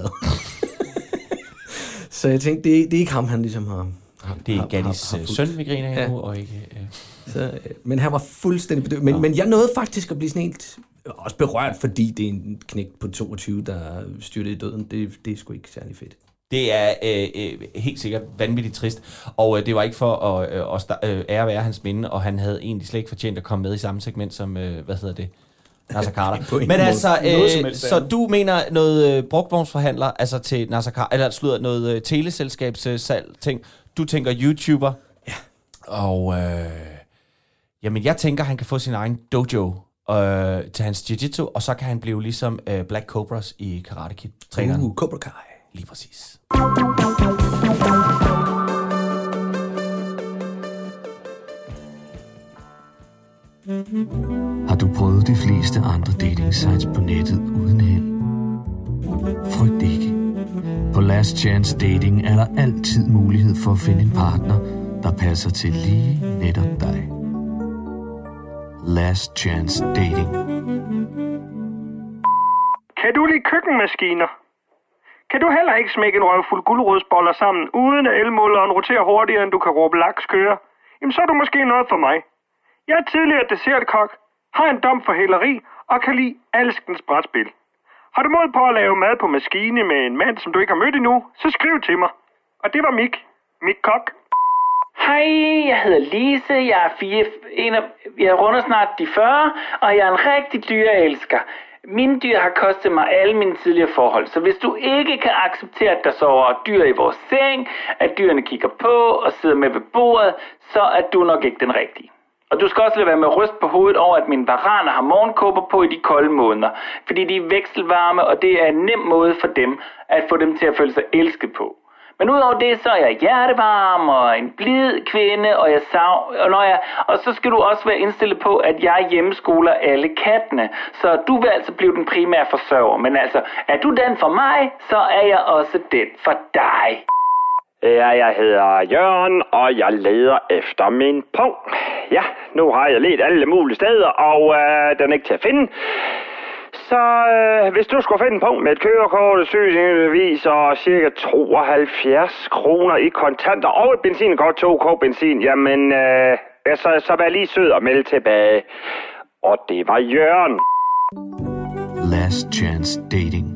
Så jeg tænkte, det er, det er ikke ham, han ligesom har... har Det er har- Gallis har- har søn, vi griner af Ja. nu, og ikke... Øh. Så, øh, men han var fuldstændig bedøvet. Men, ja. men jeg nåede faktisk at blive sådan helt... Også berørt, fordi det er en knægt på toogtyve, der styrte i døden. Det, det er sgu ikke særlig fedt. Det er øh, øh, helt sikkert vanvittigt trist, og øh, det var ikke for at øh, at sta- øh, ære være hans minde, og han havde egentlig slet ikke fortjent at komme med i samme segment som, øh, hvad hedder det, Naser Khader. Men altså, øh, så du mener noget øh, brugtvognsforhandler, altså til Naser Khader, eller slutter noget øh, teleselskabs øh, salg ting. Du tænker YouTuber. Ja. Og øh, jamen, jeg tænker, han kan få sin egen dojo øh, til hans jiu-jitsu, og så kan han blive ligesom øh, Black Cobras i Karate Kid-træneren. Uh, Cobra Kai. Lige præcis. Har du prøvet de fleste andre dating sites på nettet uden held? Frygt ikke. På Last Chance Dating er der altid mulighed for at finde en partner, der passer til lige netop dig. Last Chance Dating. Kan du lide køkkenmaskiner? Kan du heller ikke smække en røvfuld gulerodsboller sammen, uden at elmåleren roterer hurtigere, end du kan råbe laks køre? Jamen så er du måske noget for mig. Jeg er tidligere dessertkok, har en dom for hæleri og kan lide alskens brætspil. Har du mod på at lave mad på maskine med en mand, som du ikke har mødt endnu, så skriv til mig. Og det var Mik. Mik Kok. Hej, jeg hedder Lise, jeg er fire, en af, jeg runder snart de fyrre, og jeg er en rigtig dyreelsker. Mine dyr har kostet mig alle mine tidligere forhold, så hvis du ikke kan acceptere, at der sover dyr i vores seng, at dyrene kigger på og sidder med ved bordet, så er du nok ikke den rigtige. Og du skal også lade være med at ryste på hovedet over, at mine varaner har morgenkåber på i de kolde måneder, fordi de er vekselvarme, og det er en nem måde for dem at få dem til at føle sig elsket på. Men udover det, så er jeg hjertevarm og en blid kvinde, og jeg sav, og, når jeg, og så skal du også være indstillet på, at jeg hjemmeskoler alle kattene. Så du vil altså blive den primære forsørger. Men altså, er du den for mig, så er jeg også den for dig. Ja, jeg hedder Jørgen, og jeg leder efter min pung. Ja, nu har jeg let alle mulige steder, og øh, den er ikke til at finde. Så øh, hvis du skulle finde en punkt med et kørekort, et sygesikringsbevis og cirka tooghalvfjerds kroner i kontanter og et benzinkort, to K benzin, jamen øh, så, så vær lige sød og melde tilbage. Og det var Jørgen. Last Chance Dating.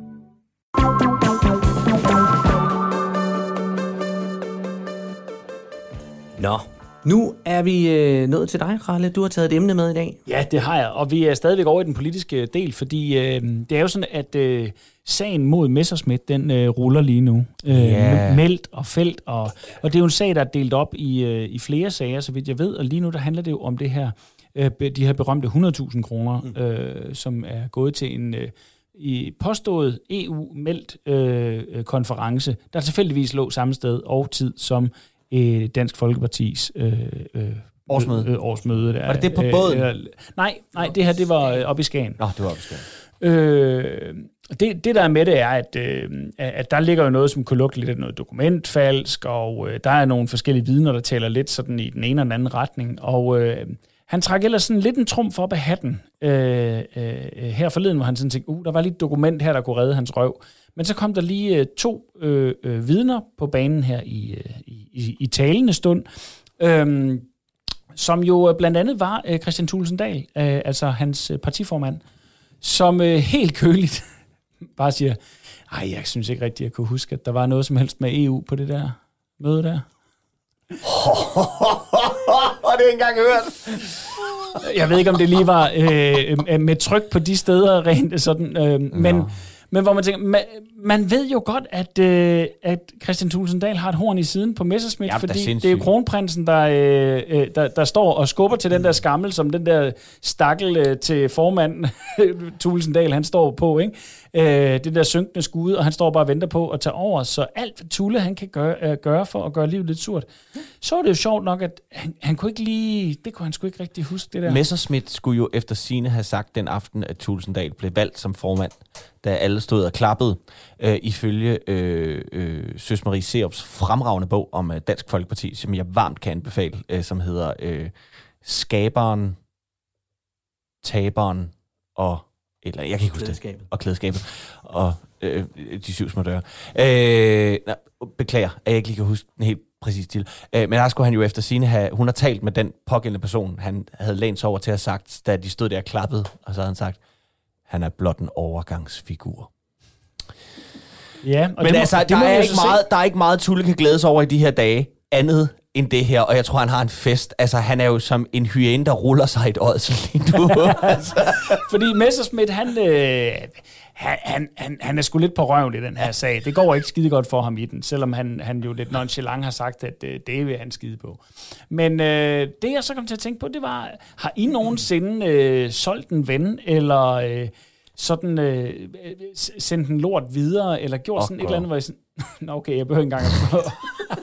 Nå, nu er vi øh, nået til dig, Ralle. Du har taget et emne med i dag. Ja, det har jeg, og vi er stadigvæk over i den politiske del, fordi øh, det er jo sådan, at øh, sagen mod Messerschmidt, den øh, ruller lige nu. Øh, Yeah. Meldt og felt, og, og det er jo en sag, der er delt op i, øh, i flere sager, så vidt jeg ved, og lige nu der handler det jo om det her, øh, de her berømte hundrede tusind kroner, mm. øh, som er gået til en øh, i påstået E U-meldt øh, konference, der tilfældigvis lå samme sted og tid som øh, Dansk Folkepartis øh, øh, Årsmøde. Øh, årsmøde der. Var det det på båden? Øh, øh, nej, nej, det her det var øh, oppe i Skagen. Nå, det var oppe i Skagen. Øh, det, det der er med det er, at, øh, at der ligger jo noget, som kunne lugte lidt af noget dokumentfalsk, og øh, der er nogle forskellige vidner, der taler lidt sådan i den ene og den anden retning, og øh, han trak ellers sådan lidt en trumf op af hatten øh, øh, her forleden, hvor han sådan tænkte, uh, der var lige et dokument her, der kunne redde hans røv. Men så kom der lige øh, to øh, øh, vidner på banen her i, øh, i, i talende stund, øh, som jo blandt andet var øh, Kristian Thulesen Dahl, øh, altså hans øh, partiformand, som øh, helt køligt bare siger, ej, jeg synes ikke rigtigt, jeg kunne huske, at der var noget som helst med E U på det der møde der. Og det er ikke engang hørt. Jeg ved ikke, om det lige var øh, med tryk på de steder rent sådan, øh, men, no. men hvor man tænker, man, man ved jo godt, at, øh, at Kristian Thulesen Dahl har et horn i siden på Messerschmidt, fordi det er jo kronprinsen, der, øh, der, der står og skubber til den der skammel, som den der stakkel øh, til formanden, Thulesen Dahl, han står på, ikke? Øh, det der synkende skud, og han står bare og venter på at tage over, så alt hvad Tulle han kan gøre, øh, gøre for at gøre livet lidt surt. Så er det jo sjovt nok, at han, han kunne ikke lige, det kunne han sgu ikke rigtig huske, det der. Messerschmidt skulle jo efter sigende have sagt den aften, at Thulesen Dahl blev valgt som formand, da alle stod og klappede, øh, ifølge øh, øh, Søs Marie Serups fremragende bog om øh, Dansk Folkeparti, som jeg varmt kan anbefale, øh, som hedder øh, Skaberen, Taberen og eller jeg kan ikke huske det. Og klædeskabet. Og øh, de syv små døre. Øh, nej, beklager, at jeg ikke lige kan huske den helt præcis til. Øh, men der skulle han jo efter sigende have, hun har talt med den pågældende person, han havde lænt sig over til at have sagt, da de stod der og klappede, og så havde han sagt, han er blot en overgangsfigur. Ja, og men det altså, må, der, er ikke meget, der er ikke meget, Tulle kan glæde sig over i de her dage, andet end det her, og jeg tror, han har en fest. Altså, han er jo som en hyæne, der ruller sig et ådsel lige nu. altså. Fordi Messerschmidt, han, øh, han, han, han er sgu lidt på røven i den her sag. Det går ikke skide godt for ham i den, selvom han, han jo lidt nonchalant har sagt, at øh, det vil han skide på. Men øh, det, jeg så kom til at tænke på, det var, har I nogensinde øh, solgt en ven, eller øh, sådan øh, sendt en lort videre, eller gjort oh, sådan God. et eller andet, hvor I sådan, nå okay, jeg behøver ikke engang at prøve.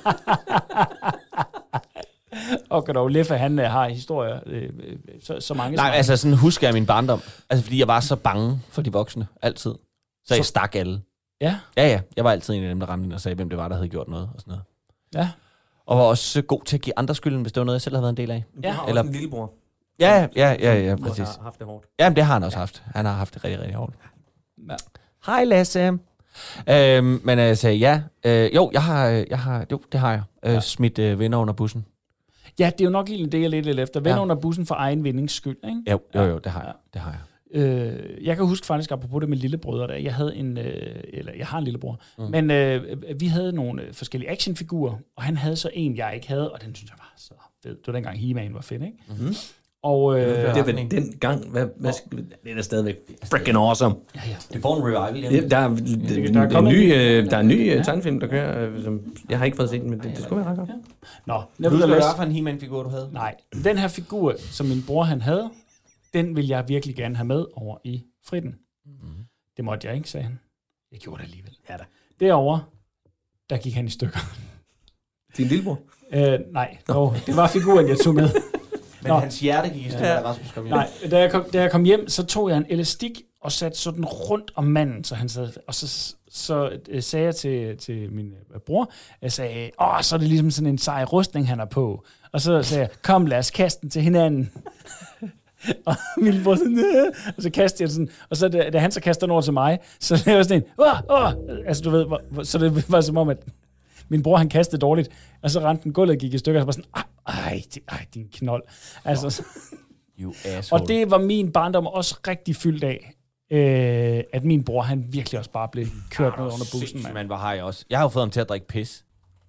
Og kan dog Leffe, han har historier øh, så, så mange. Nej, altså sådan husker jeg min barndom. Altså fordi jeg var så bange for de voksne, altid. Så, så jeg stak alle. Ja? Ja, ja. Jeg var altid en af dem, der ramte ind og sagde, hvem det var, der havde gjort noget og sådan noget. Ja. Og var også god til at give andre skylden, hvis det var noget, jeg selv havde været en del af. Ja, du har Eller... også en lillebror. Ja, ja, ja, ja, præcis. Har haft det hårdt. Jamen, det har han også ja. haft. Han har haft det rigtig, rigtig hårdt. Ja. Hej, Lasse. Øhm, men altså, ja. Øh, jo, jeg har, jeg har, jo, det har jeg. Øh, ja. Smidt øh, venner under bussen. Ja, det er jo nok egentlig det, jeg lidt lidt efter. Venner ja. under bussen for egen vindings skyld, ikke? Jo, jo, jo, det har jeg. Det har jeg. Øh, jeg kan huske faktisk, apropos det med lillebrødre, der jeg havde en, øh, eller jeg har en lillebror, mm. men øh, vi havde nogle øh, forskellige actionfigurer, og han havde så en, jeg ikke havde, og den synes jeg var så fed. Det var dengang He-Man var fedt, ikke? Mm-hmm. Og, øh, det var den gang, hvad, hvad, det er da stadigvæk freaking awesome. Ja, ja. Det får en revival, ja. Ja, der, er, der, der, er en ny, øh, der er en ny ja. tegnefilm, der kører, øh, som jeg har ikke fået set den, men det, det skulle være ret godt. Ja. Nå, ved du, hvad for en He-Man-figur, du havde? Nej, den her figur, som min bror han havde, den vil jeg virkelig gerne have med over i Fritten. Mm-hmm. Det måtte jeg ikke, sagde han. Jeg gjorde det alligevel. Ja da. Derovre, der gik han i stykker. Din lillebror? Øh, nej, dog, det var figuren, jeg tog med. Men Nå. hans hjerte gik i stykker, ja. Rasmus kom hjem. Nej, da jeg kom, da jeg kom hjem, så tog jeg en elastik og satte sådan rundt om manden, så han sad, og så, så uh, sagde jeg til, til min uh, bror, jeg sagde, åh, så er det ligesom sådan en sej rustning, han er på. Og så sagde jeg, kom, lad os kaste den til hinanden. Og min bror sådan, øh, og så kastede jeg sådan, og så da, da han så kaster den over til mig, så lavede jeg sådan en, åh, åh, altså du ved, hvor, så det var som om, at min bror han kastede dårligt, og så rendte den gulvet og gik i stykker, og så var sådan, ej, ej, din knold. Altså, you asshole. Og det var min barndom også rigtig fyldt af, øh, at min bror, han virkelig også bare blev kørt ned under bussen. Man. man, hvor har jeg også. Jeg har jo fået ham til at drikke pis.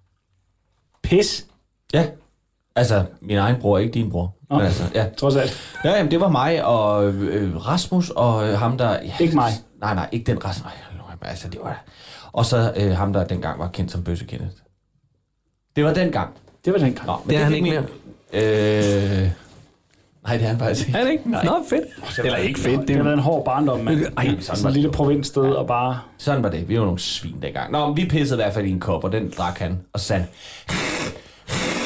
Pis? Ja. Altså, min egen bror, ikke din bror. Okay. Men altså, ja. Trods alt. Ja, jamen, det var mig og øh, Rasmus og øh, ham, der... Ja, ikke mig. Nej, nej, ikke den Rasmus. Nej, altså, det var... Og så øh, ham, der dengang var kendt som Bøsse Kenneth. Det var dengang. Det var dengang. Nå, men det er han ikke mere. Øh... Nej, det er han faktisk ikke. Er det ikke? Nej. Nå, fedt. Det eller ikke fedt. Det har været en hård barndom, mand. Ej, sådan, sådan en lille provinssted og bare... Sådan var det. Vi var nogle svin dengang. Nå, men vi pissede i hvert fald i en kop, og den drak han. Og sagde...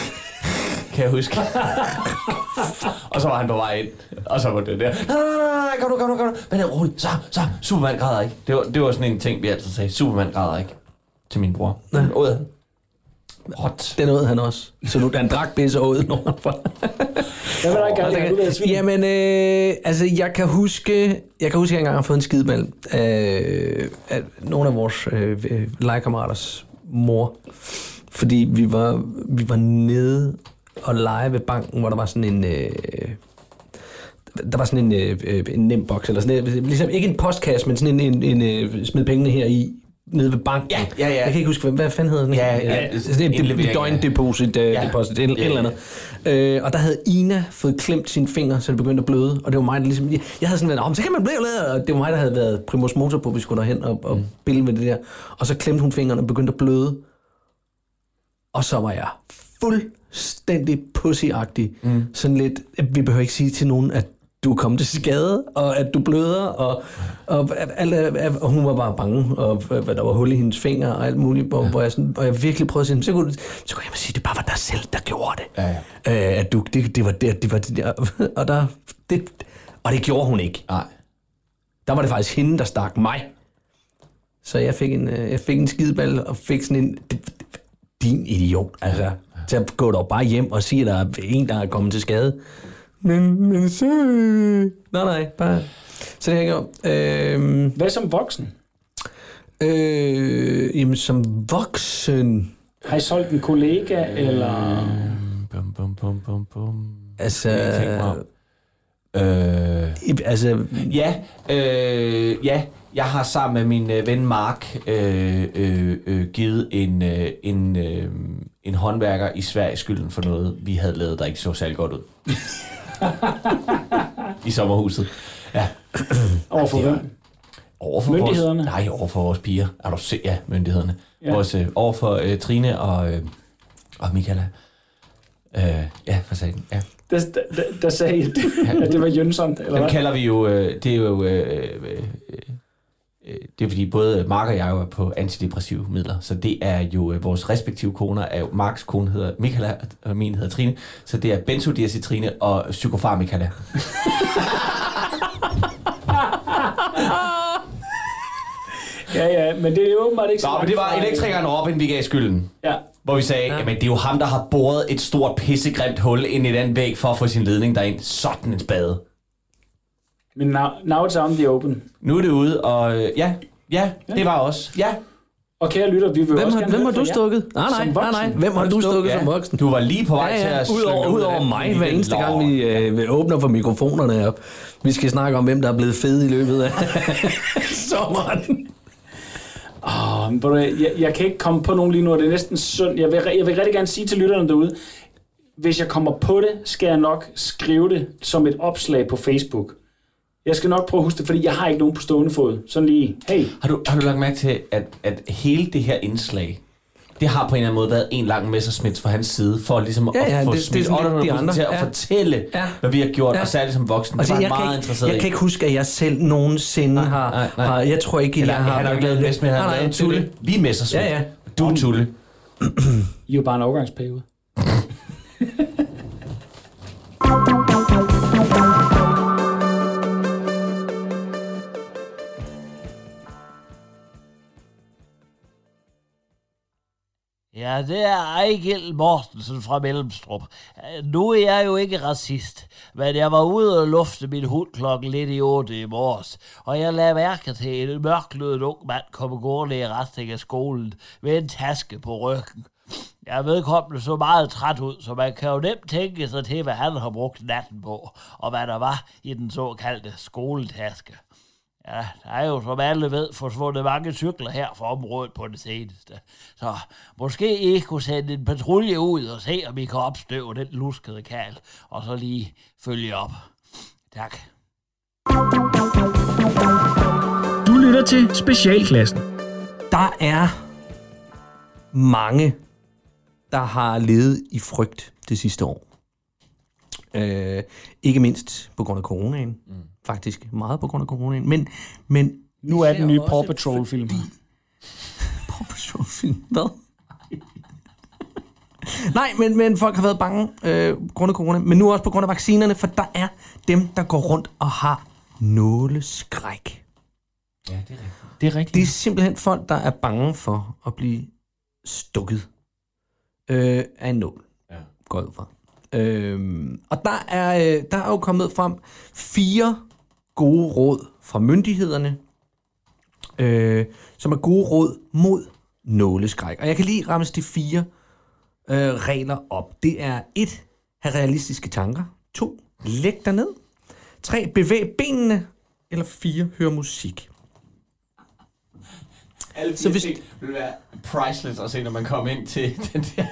Kan jeg huske. Og så var han på vej ind. Og så var det der. Nej, nej, kom nu, kom nu, kom nu. Men det er roligt. Så, så, Superman græder ikke. Det var, det var sådan en ting, vi altid sagde. Superman græder ikke. Til min bror. Ja. Åd han. Hot. Den åd han også. Så nu, han drak bedre åd nogen for. Hvad vil der gerne have? Du Jamen, øh, altså, jeg kan huske, jeg kan huske, at jeg engang har fået en skideball øh, af nogle af vores øh, legekammeraters mor. Fordi vi var, vi var nede og lege ved banken, hvor der var sådan en... Øh, der var sådan en, øh, en nem boks, eller sådan en, ligesom ikke en postkasse, men sådan en, en, en smid pengene her i, nede ved banken. Ja, ja, ja. Jeg kan ikke huske, hvad fanden hedder den? Ja, ja. ja sådan en, en døgndeposit, ja. deposit, et, ja, et eller andet. Ja. Øh, og der havde Ina fået klemt sine fingre, så det begyndte at bløde. Og det var mig, der ligesom... Jeg, jeg havde sådan været, oh, så kan man blive lavet. Og det var mig, der havde været primus motor på, vi skulle derhen og, og mm. pille med det der. Og så klemte hun fingrene og begyndte at bløde. Og så var jeg fuldstændig pussyagtig. Mm. Sådan lidt, vi behøver ikke sige til nogen, at du er kommet til skade, og at du bløder, og, og, alle, og hun var bare bange, og der var hul i hendes fingre og alt muligt, hvor, ja. hvor jeg, sådan, og jeg virkelig prøvede at sige, så kunne, så kunne jeg sige, det bare var dig selv, der gjorde det. Ja, ja. Øh, at du, det, det var det, det var det der, og, der, det, og det gjorde hun ikke. Nej. Der var det faktisk hende, der stak mig. Så jeg fik en, jeg fik en skideball, og fik sådan en, din idiot, altså, så gå dog bare hjem og sige, at der er en, der er kommet til skade. Men, men så... Nej, nej, bare... Så det har jeg gjort. Øhm, Hvad som voksen? Øh, jamen, som voksen... Har I solgt en kollega, øh, eller... Bum, bum, bum, bum, bum. Altså... Øh, altså... Ja, øh, ja. Jeg har sammen med min øh, ven Mark øh, øh, øh, givet en, øh, en, øh, en håndværker i Sverige skylden for noget, vi havde lavet, der ikke så særlig godt ud. I sommerhuset. Ja. Overfor hvem? Overfor myndighederne? Vores, nej, overfor vores piger. Er du se? Ja, myndighederne. Ja. Vores, øh, overfor øh, Trine og, øh, og Michaela. Øh, ja, for sagen. Ja. Der, der, der sagde I, at det var Jønsson, eller Dem hvad? kalder vi jo... Øh, det er jo... Øh, øh, øh, det er fordi både Mark og jeg er på antidepressive midler, så det er jo øh, vores respektive koner. Er jo, Marks kone hedder Michaela, og min hedder Trine, så det er benzodiazepine og psykofar Michaela. Ja, ja, men det er jo åbenbart ikke så... Nå, men det var elektrikeren Robin, vi gav skylden. Ja. Hvor vi sagde, ja. Jamen det er jo ham, der har boret et stort pissegrimt hul ind i den væg for at få sin ledning derind. Sådan en spade. Men now, now it's on the open. Nu er det ude, og ja, ja, ja. det var os. Ja. Og kære lytter, vi vil hvem også har, gerne Hvem har du stukket? Nej, nej, nej, nej. Hvem har du stukket ja. som voksen? Du var lige på vej ja, ja. til at Udover, udover mig, hver eneste gang vi øh, åbner for mikrofonerne op. Vi skal snakke om, hvem der er blevet fed i løbet af sommeren. Oh, jeg, jeg kan ikke komme på nogen lige nu, og det er næsten synd. Jeg vil, jeg vil rigtig gerne sige til lytterne derude, hvis jeg kommer på det, skal jeg nok skrive det som et opslag på Facebook. Jeg skal nok prøve at huske det, fordi jeg har ikke nogen på stående fod. Sådan lige, hey. Har du, har du lagt mærke til, at, at hele det her indslag, det har på en eller anden måde været en lang Messerschmidt fra hans side, for ligesom ja, ja, at få det, smidt de andre. til at ja. fortælle, ja. hvad vi har gjort, ja. og særligt som voksen. Det var jeg meget ikke, interesseret Jeg kan ikke huske, at jeg selv nogensinde nej, har, nej, nej. har... Jeg tror ikke, Eller, jeg har... Han har ikke lavet Messerschmidt, han har lavet en Tulle. Vi er Messerschmidt. Ja, ja. Du er Tulle. I er jo bare en overgangsperiode. Ja, det er Ejgil Mortensen fra Mellemstrup. Nu er jeg jo ikke racist, men jeg var ude og lufte min hund klokken lidt i otte i morges, og jeg lagde mærke til en mørklødet ung mand komme gående i retning af skolen med en taske på ryggen. Jeg vedkommende så meget træt ud, så man kan jo nemt tænke sig til, hvad han har brugt natten på, og hvad der var i den såkaldte skoletaske. Ja, der er jo, som alle ved, forsvundet mange cykler her fra området på det seneste. Så måske I kunne sende en patrulje ud og se, om I kan opstøve den luskede kal, og så lige følge op. Tak. Du lytter til Specialklassen. Der er mange, der har levet i frygt det sidste år. Øh, ikke mindst på grund af coronaen. Mm. Faktisk meget på grund af coronaen. Men, men nu er den nye Paw Patrol-film. Paw Patrol-film? Hvad? Nej, men, men folk har været bange øh, på grund af corona. Men nu også på grund af vaccinerne, for der er dem, der går rundt og har nåleskræk. Ja, det er rigtigt. Det er rigtigt. Det er simpelthen folk, der er bange for at blive stukket øh, af en nål. Ja. Går ud fra. Øhm, og der er, øh, der er jo kommet frem fire gode råd fra myndighederne, øh, som er gode råd mod nåleskræk. Og jeg kan lige rammes de fire øh, regler op. Det er et, have realistiske tanker. To, læg dig ned. Tre, bevæg benene. Eller fire, hør musik. Alle Så hvis- ting vil være priceless at se, når man kommer ind til den der...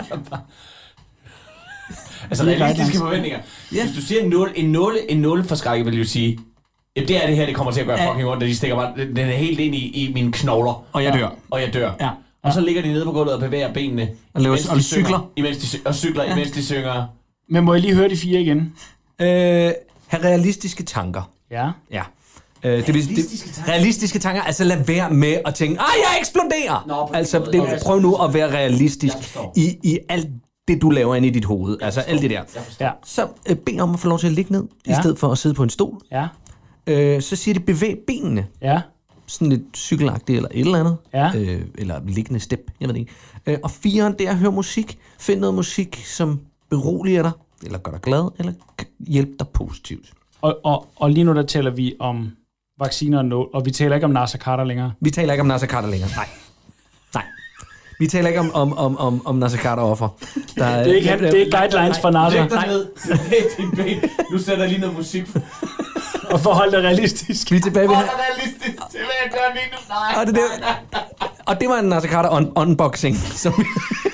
altså realistiske forventninger. Ja. Hvis du siger en nål, en nål, en nål for skræk, vil jeg jo sige, ja, det er det her, det kommer til at gøre Ja. fucking ondt, og de stikker mig, den er helt ind i, i mine knogler. Og jeg dør. Og jeg dør. Ja. Og så ligger de nede på gulvet og bevæger benene. Og laver- imens de og synger, cykler. Imens de, sy- og cykler, ja. imens de synger. Men må jeg lige høre de fire igen? Øh, have realistiske tanker. Ja. Ja. Øh, det, vil, Realistiske det, tanker? realistiske tanker, altså lad være med at tænke, ah, jeg eksploderer! Nå, på den altså, måde. det, Okay. prøv nu at være realistisk Jeg forstår. i, i alt det, du laver inde i dit hoved. Altså alt det der. Ja. Så øh, bed om at få lov til at ligge ned, ja. i Ja. stedet for at sidde på en stol. Ja. Øh, så siger de, bevæg benene. Ja. Sådan lidt cykelagtigt eller et eller andet. Ja. Øh, eller liggende step, jeg ved det ikke. Øh, og firen, det er at høre musik. Find noget musik, som beroliger dig, eller gør dig glad, eller hjælper dig positivt. Og, og, og lige nu der taler vi om vacciner og nål, og vi taler ikke om Nasser Carter længere. Vi taler ikke om Nasser Carter længere. Nej. Nej. Vi taler ikke om, om, om, om, om Nasser Carter-offer. Der er, Det er ikke, det er ikke guidelines for Nasser. Læg dig ned. Bevæg dine ben. Nu sætter jeg lige noget musik. Og forhold det realistisk. Vi er tilbage ved her. realistisk. Det vil jeg gøre lige nu. Nej, Og det, der, og det var en Nasser Carter un- unboxing. Som vi...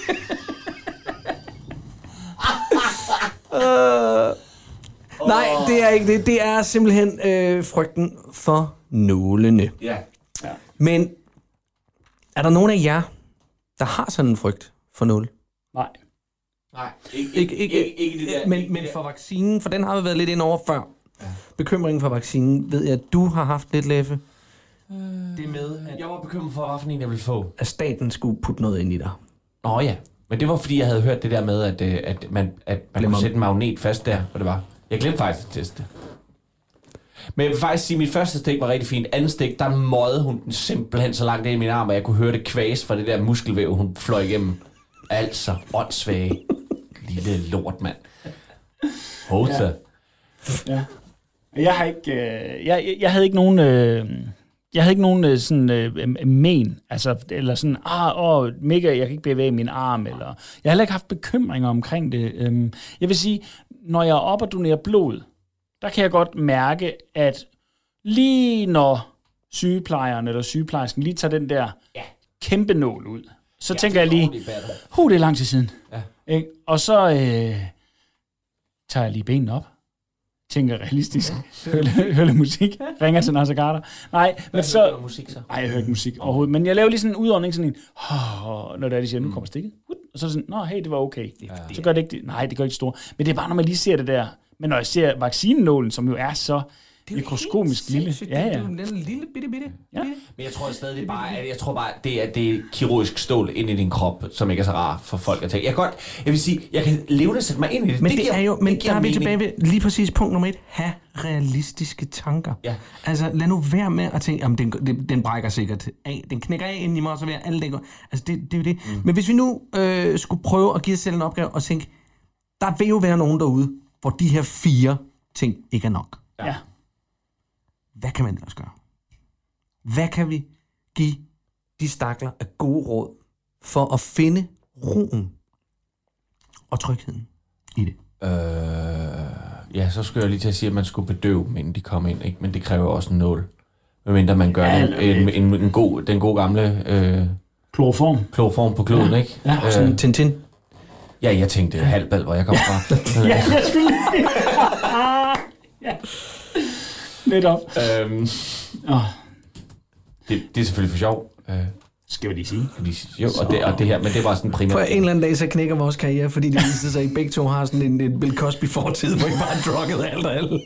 uh, nej, det er ikke det. Det er simpelthen øh, frygten for nålene. Ja. Men er der nogen af jer, der har sådan en frygt for nåle? Nej. Nej, ikke, Ikke, ikke, ikke, ikke det der. men, ikke men det der. for vaccinen, for den har vi været lidt ind over før. Ja. Bekymringen for vaccinen, ved jeg, at du har haft lidt, Leffe. Øh, det med, at, Jeg var bekymret for, hvad for en jeg ville få. at staten skulle putte noget ind i dig. Nå ja, men det var fordi, jeg havde hørt det der med, at, øh, at man, at man Glemmer kunne sætte en magnet fast der, hvor det var. Jeg glemte faktisk at teste det. Men jeg vil faktisk sige, at mit første stik var rigtig fint. Andet stik, der mødede hun den simpelthen så langt ind i min arm, at jeg kunne høre det kvæs fra det der muskelvæv, hun fløj igennem. Altså, åndssvage. Lille lort, mand. Hota. Ja. Jeg har ikke, øh, jeg, jeg havde ikke nogen, øh, jeg havde ikke nogen øh, sådan øh, men, altså eller sådan, ah, åh, mega, jeg kan ikke bevæge min arm, eller jeg har heller ikke haft bekymringer omkring det. Øhm, jeg vil sige, når jeg er oppe og donerer blod, der kan jeg godt mærke, at lige når sygeplejeren eller sygeplejersken lige tager den der Ja. kæmpe nål ud, så Ja, tænker jeg lige, huh, det er lang tid siden. Ja. Ikke? Og så øh, tager jeg lige benene op, tænker realistisk, hører, hører lidt musik, ringer til Nasser Carter. Nej, men så... musik så? Nej, jeg hører ikke musik overhovedet, men jeg laver lige sådan en udånding, sådan en, oh, når der de siger, nu kommer stikket, og så er det sådan, nå, hey, det var okay. Så gør det ikke det. Nej, det gør ikke det store. Men det er bare, når man lige ser det der. Men når jeg ser vaccinenålen, som jo er så mikroskomisk lille. Ja, ja. Det er jo den lille bitte bitte. Ja. Men jeg tror stadig, det er bare, at jeg tror bare, det er, det er kirurgisk stål ind i din krop, som ikke er så rar for folk at tage. Jeg kan godt, jeg vil sige, jeg kan leve og sætte mig ind i det. Men det, det giver, er jo, men det giver der er vi mening. tilbage ved lige præcis punkt nummer et. Ha' realistiske tanker. Ja. Altså, lad nu være med at tænke, jamen, den, den, den brækker sikkert af. Den knækker af inden i mig, og så vil jeg alle det går. Altså, det, det er jo det. Mm. Men hvis vi nu øh, skulle prøve at give os selv en opgave og tænke, der vil jo være nogen derude, hvor de her fire ting ikke er nok. Ja. Hvad kan man ellers gøre? Hvad kan vi give de stakler af gode råd for at finde roen og trygheden i det? Øh, ja, så skulle jeg lige til at sige, at man skulle bedøve dem, inden de kom ind, ikke? Men det kræver også en nål. Medmindre man gør Ja, en, en, en, en god, den gode gamle øh, Kloroform. kloroform på kloden, Ja. ikke? Ja, Sådan en Tintin. Ja, jeg tænkte halvbal, hvor jeg kom fra. Ja, jeg skulle lige... ja. Netop. øhm, Oh, det, det er selvfølgelig for sjov. Øh, skal vi lige sige. fordi, jo, og det, og det her, men det var sådan primært. For en eller anden dag, så knækker vores karriere, fordi det viste sig, at I begge to har sådan en, en Bill Cosby-fortid, hvor I bare drukket alt og alt.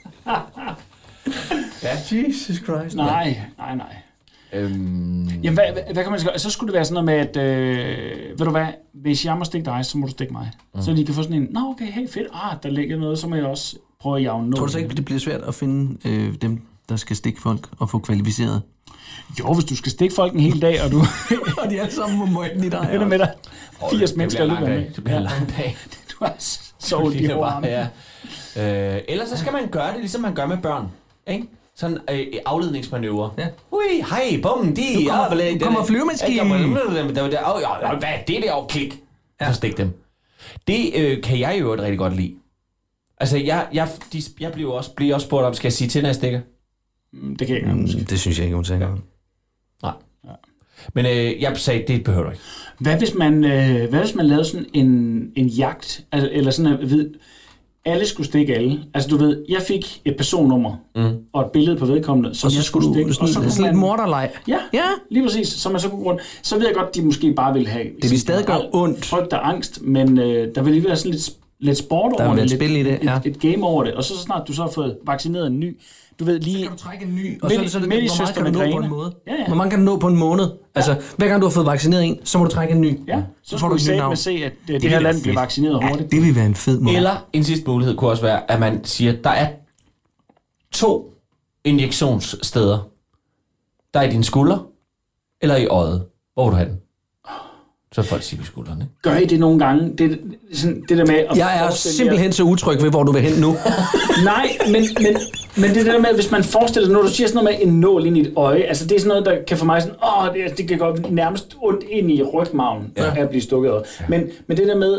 Ja. Jesus Christ. Nej, nej, nej. Øhm, Jamen, hvad, hvad, hvad kan man sige? Så skulle det være sådan noget med, at, øh, ved du hvad, hvis jeg må stikke dig, så må du stikke mig. Mm. Så de kan få sådan en, nå okay, hey fedt, ah, der ligger noget, så må jeg også prøve at jage nå. Tror du så ikke, det bliver svært at finde øh, dem, der skal stikke folk og få kvalificeret? Jo, hvis du skal stikke folk en hel dag, og du... og de er alle sammen på møgten i dig. Ender med dig. firs det mennesker bliver løber lang med. dag. Det bliver en lang dag. Du har sovet i hårde. Ja. Øh, ellers så skal man gøre det, ligesom man gør med børn. Ikke? Sådan øh, afledningsmanøvre. Ja. Ui, hej, bum, de... Nu kommer, nu kommer flyvemaskinen. Hvad er det der? Klik. Ja. Så stik dem. Det øh, kan jeg jo rigtig godt lide. Altså, jeg, jeg, de, jeg bliver også, bliver også spurgt om, skal jeg sige til, når jeg stikker? Det kan jeg ikke. Mm, det synes jeg ikke, hun tænker. Nej. Ja. Men øh, jeg sagde, det behøver du ikke. Hvad hvis man, øh, hvad hvis man lavede sådan en, en jagt, altså, eller sådan at ved, alle skulle stikke alle. Altså du ved, jeg fik et personnummer mm. og et billede på vedkommende, som og så jeg skulle stikke. Og så kunne sådan man... et morderleg. Ja, ja, lige præcis. Så man så kunne rundt. Så ved jeg godt, de måske bare vil have... Det vil stadig gøre ondt. Frygt og angst, men øh, der vil lige være sådan lidt, lidt sport der over det. Der spil i det, ja. Et, et game over det. Og så, så snart du så har fået vaccineret en ny, du ved lige... Så kan du trække en ny, og midt, så, så, så midt i hvor meget kan du nå på en måde? Ja, ja. Hvor mange kan du nå på en måned? Altså, ja. Hver gang du har fået vaccineret en, så må du trække en ny. Ja, så, så får du sætte med se, at det, det her land bliver vaccineret hurtigt. Ja, det vil være en fed måde. Eller en sidste mulighed kunne også være, at man siger, at der er to injektionssteder. Der er i din skulder, eller i øjet. Hvor vil du have den? Så er folk sige ved skulderen, ikke? Gør I det nogle gange? Det, sådan, det der med at jeg er simpelthen så utryg ved, hvor du vil hen nu. Nej, men, men, men det der med, hvis man forestiller sig, når du siger sådan noget med en nål ind i et øje, altså det er sådan noget, der kan for mig sådan, åh, det, det kan gå nærmest ondt ind i rygmarven, ja. At blive stukket over. Ja. Men, men det der med,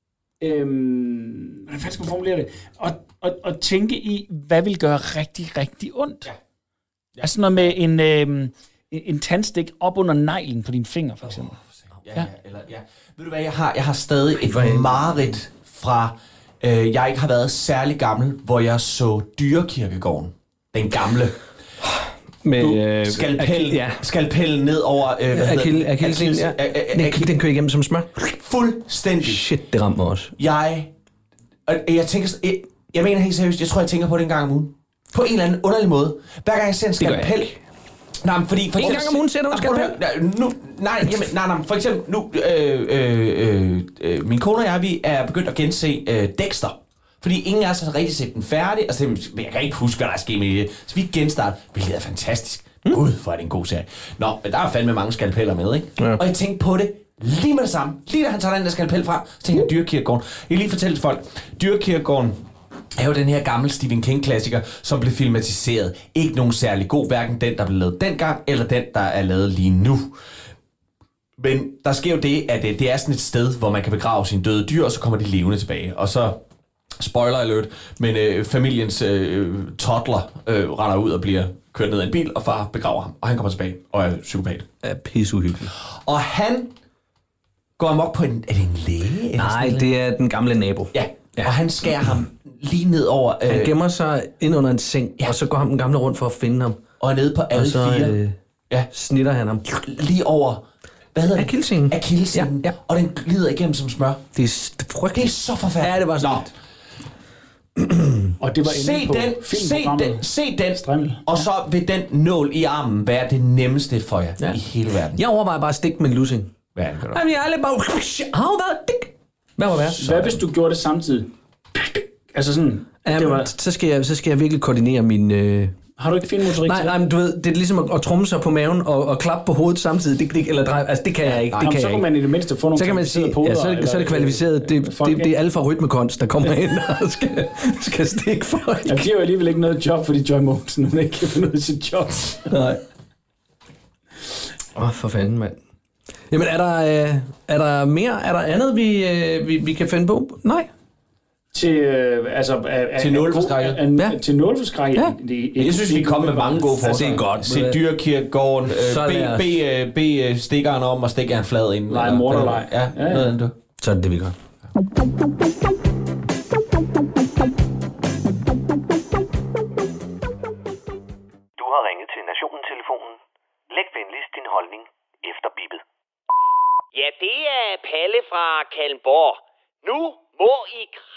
øhm, hvordan fanden skal man formulere det? Og, og, og tænke i, hvad vil gøre rigtig, rigtig ondt? Ja. Ja. Altså noget med en, øhm, en tandstik op under neglen på din finger, for eksempel. Ja, ja, eller, ja. Ved du hvad, jeg har, jeg har stadig et mareridt fra, øh, jeg ikke har været særlig gammel, hvor jeg så Dyrekirkegården. Den gamle. Med øh, skalpellen, ja. skalpellen ned over... Øh, hvad Akil, Akil, ja. Den, den kører igennem som smør. Fuldstændig. Shit, det ramte mig også. Jeg... Og jeg tænker... Jeg, jeg mener helt seriøst, jeg tror, jeg tænker på det en gang om ugen. På en eller anden underlig måde. Hver gang jeg ser en skalpel... Nej, men fordi... For en eksempel, gang om ugen ser du en skalpel? Nu, nej, jamen, nej, nej, for eksempel nu... Øh, øh, øh, min kone og jeg, vi er begyndt at gense øh, Dexter. Fordi ingen af os har rigtig set den færdig. Altså, jeg kan ikke huske, hvad der er sket med det. Så vi genstarter. Hvilket er fantastisk. Mm. Gud, hvor er det en god serie. Nå, men der er fandme mange skalpeller med, ikke? Ja. Og jeg tænkte på det lige med det samme. Lige da han tager den der skalpel fra, så tænker jeg Dyrekirkegården. Jeg vil lige fortælle til folk. Dyrekirkegården er jo den her gamle Stephen King-klassiker, som blev filmatiseret. Ikke nogen særlig god, hverken den, der blev lavet dengang, eller den, der er lavet lige nu. Men der sker jo det, at det er sådan et sted, hvor man kan begrave sine døde dyr, og så kommer de levende tilbage. Og så, spoiler alert, men øh, familiens øh, toddler øh, render ud og bliver kørt ned af en bil, og far begraver ham, og han kommer tilbage og er psykopat. Er pisseuhyggelig. Og han går amok på en... Er det en læge? Nej, det er den gamle nabo. Ja. Ja. Og han skærer ham lige ned over... Øh, han gemmer sig ind under en seng, ja. Og så går ham den gamle rundt for at finde ham. Og nede på alle og så, fire. Øh, ja. Snitter han ham. Lige over... Hvad hedder det? Akilsenen. Akilsenen. Ja, ja. Og den glider igennem som smør. Det er frygteligt. Det er så forfærdeligt. Ja, det var sådan. Og det var se den, se den, se den, Stremmel. Og så vil den nål i armen være det nemmeste for jer ja. I hele verden. Jeg overvejer bare at stikke med en lussing. Hvad er det, gør du? Jamen, jeg er lidt bare... Hvad var det? Hvad hvis du gjorde det samtidig? Altså sådan... Ja, det var... så, skal jeg, så skal jeg virkelig koordinere min... Øh... Har du ikke fin motorik? Nej, nej, men du ved, det er ligesom at, at trumme sig på maven og, og klappe på hovedet samtidig. Det, det, eller dreje, altså det kan jeg ikke. Nej, det kan så jeg kan man i det mindste få nogle så kan man sige, poder, ja, så, eller, så er det kvalificeret. Det, det, det, det er Alfa Rytmekunst, der kommer ind og skal, skal stikke folk. Jeg giver jo alligevel ikke noget job, fordi Joy Mogensen, hun ikke kan finde ud af sit job. Nej. Åh, oh, for fanden, mand. Jamen, er der, øh, er der mere? Er der andet, vi, øh, vi, vi kan finde på? Nej. Til, øh, altså, øh, til nåleforskrækket. Ja. Til nåleforskrækket. Ja. Jeg synes, vi kommer med mange gode forslag. Det er godt. Se Dyrekirkegården. Øh, Bed be, be stikkeren om og stikke en flad ind. Nej, morderleg. Ja, ja, noget andet. Så er det det, vi gør. Du har ringet til Nationen-telefonen. Læg venligst din holdning efter bippet. Ja, det er Palle fra Kalmborg. Nu må I kraft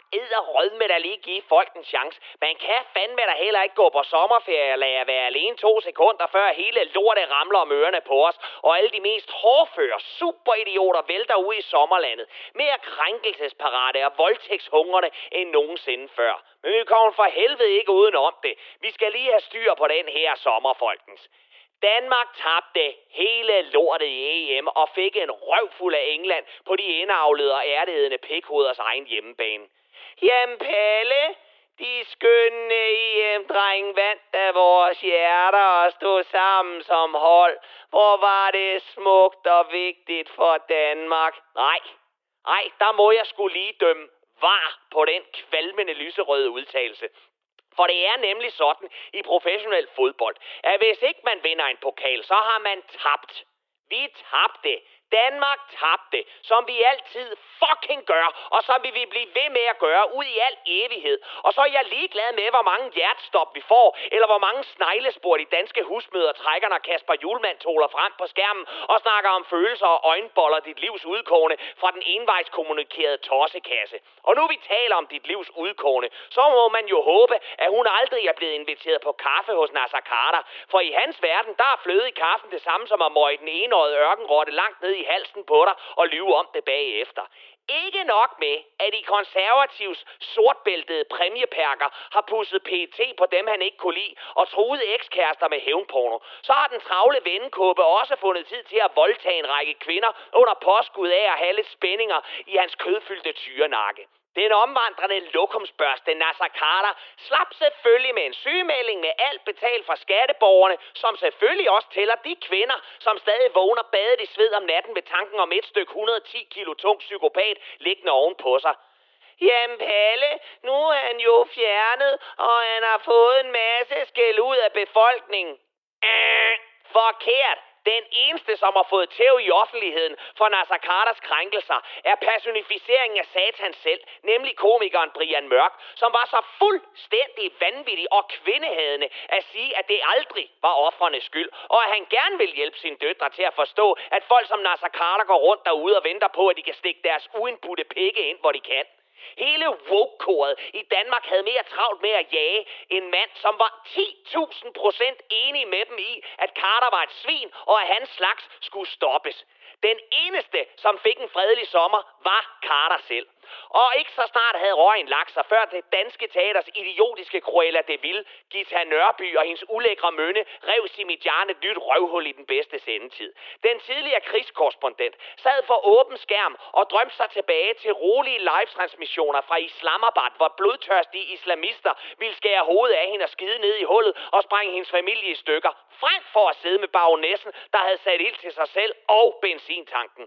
edderrødme da lige give folk en chance. Man kan fandme da heller ikke gå på sommerferie og lade være alene to sekunder, før hele lortet ramler om ørerne på os, og alle de mest hårdføre superidioter vælter ud i sommerlandet. Mere krænkelsesparate og voldtægtshungrende end nogensinde før. Men vi kommer for helvede ikke uden om det. Vi skal lige have styr på den her sommer, folkens. Danmark tabte hele lortet i E M og fik en røvfuld af England på de indavlede og ærteædende pikhoveders egen hjemmebane. Jamen Palle, de skønne E M-drenge vandt af vores hjerter og stod sammen som hold. Hvor var det smukt og vigtigt for Danmark. Nej, nej, der må jeg skulle lige dømme var på den kvalmende lyserøde udtalelse. For det er nemlig sådan i professionel fodbold, at hvis ikke man vinder en pokal, så har man tabt. Vi tabte. Danmark tabte, som vi altid fucking gør, og som vi vil blive ved med at gøre ud i al evighed. Og så er jeg ligeglad med, hvor mange hjertestop vi får, eller hvor mange sneglespor de danske husmøder trækker, når Kasper Hjulmand toler frem på skærmen og snakker om følelser og øjenboller dit livs udkårne fra den envejskommunikerede tossekasse. Og nu vi taler om dit livs udkårne, så må man jo håbe, at hun aldrig er blevet inviteret på kaffe hos Nasser Carter. For i hans verden, der er fløde i kaffen det samme som at møje den enårede ørkenrotte langt ned i halsen på dig og lyve om det bagefter. Ikke nok med, at de konservatives sortbæltede præmieperker har pusset P E T på dem, han ikke kunne lide, og truet ekskærester med hævnporno, så har den travle vennekåbe også fundet tid til at voldtage en række kvinder under påskud af at have lidt spændinger i hans kødfyldte tyrenakke. Den omvandrende lokumsbørste Nasser Carter slap selvfølgelig med en sygemelding med alt betalt fra skatteborgerne, som selvfølgelig også tæller de kvinder, som stadig vågner badet i sved om natten ved tanken om et stykke et hundrede og ti kilo tung psykopat liggende ovenpå sig. Jamen Palle, nu er han jo fjernet, og han har fået en masse skæld ud af befolkningen. Øh, forkert. Den eneste, som har fået tæv i offentligheden for Nasser Carters krænkelser, er personificeringen af Satan selv, nemlig komikeren Brian Mørk, som var så fuldstændig vanvittig og kvindehadende at sige, at det aldrig var ofrenes skyld, og at han gerne vil hjælpe sine døtre til at forstå, at folk som Nasser Carter går rundt derude og venter på, at de kan stikke deres uindbudte pikke ind, hvor de kan. Hele woke-koret i Danmark havde mere travlt med at jage en mand, som var ti tusind procent enig med dem i, at Carter var et svin, og at hans slags skulle stoppes. Den eneste, som fik en fredelig sommer, var Carter selv. Og ikke så snart havde røgen lagt sig, før det danske teaters idiotiske Cruella de Vil, Gita Nørby og hendes ulækre mønne rev Simijan et nyt røvhul i den bedste sendetid. Den tidligere krigskorrespondent sad for åben skærm og drømte sig tilbage til rolige live-transmissioner fra Islamabad, hvor blodtørstige islamister ville skære hovedet af hende og skide ned i hullet og sprænge hendes familie i stykker, frem for at sidde med baronessen, der havde sat ild til sig selv og benzintanken.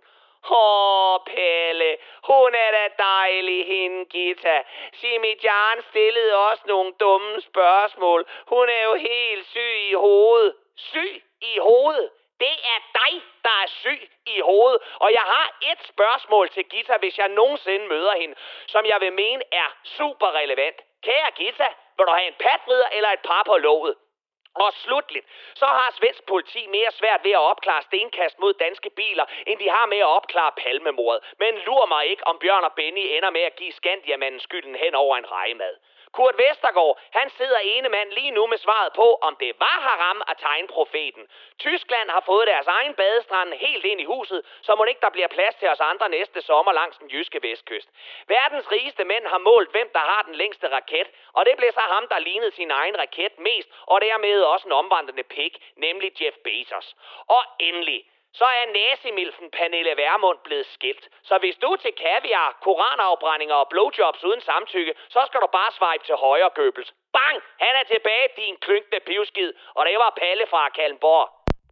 Åh, Pelle, hun er da dejlig, hende, Gita. Simijan stillede også nogle dumme spørgsmål. Hun er jo helt syg i hovedet. Syg i hovedet? Det er dig, der er syg i hovedet. Og jeg har et spørgsmål til Gita, hvis jeg nogensinde møder hende, som jeg vil mene er super relevant. Kære Gita, vil du have en patvrider eller et par på låget? Og slutligt, så har svensk politi mere svært ved at opklare stenkast mod danske biler, end de har med at opklare Palmemordet. Men lur mig ikke, om Bjørn og Benny ender med at give Skandiamanden skylden hen over en rejemad. Kurt Vestergaard, han sidder ene mand lige nu med svaret på, om det var haram at tegne profeten. Tyskland har fået deres egen badestrand helt ind i huset, så må ikke der bliver plads til os andre næste sommer langs den jyske vestkyst. Verdens rigeste mænd har målt, hvem der har den længste raket, og det blev så ham, der lignede sin egen raket mest, og dermed også en omvandrende pik, nemlig Jeff Bezos. Og endelig, så er nazimilfen Pernille Vermund blevet skilt. Så hvis du er til kaviar, koranafbrændinger og blowjobs uden samtykke, så skal du bare swipe til højre, Goebbels. Bang! Han er tilbage, din klynkende pivskid. Og det var Palle fra Kalmborg.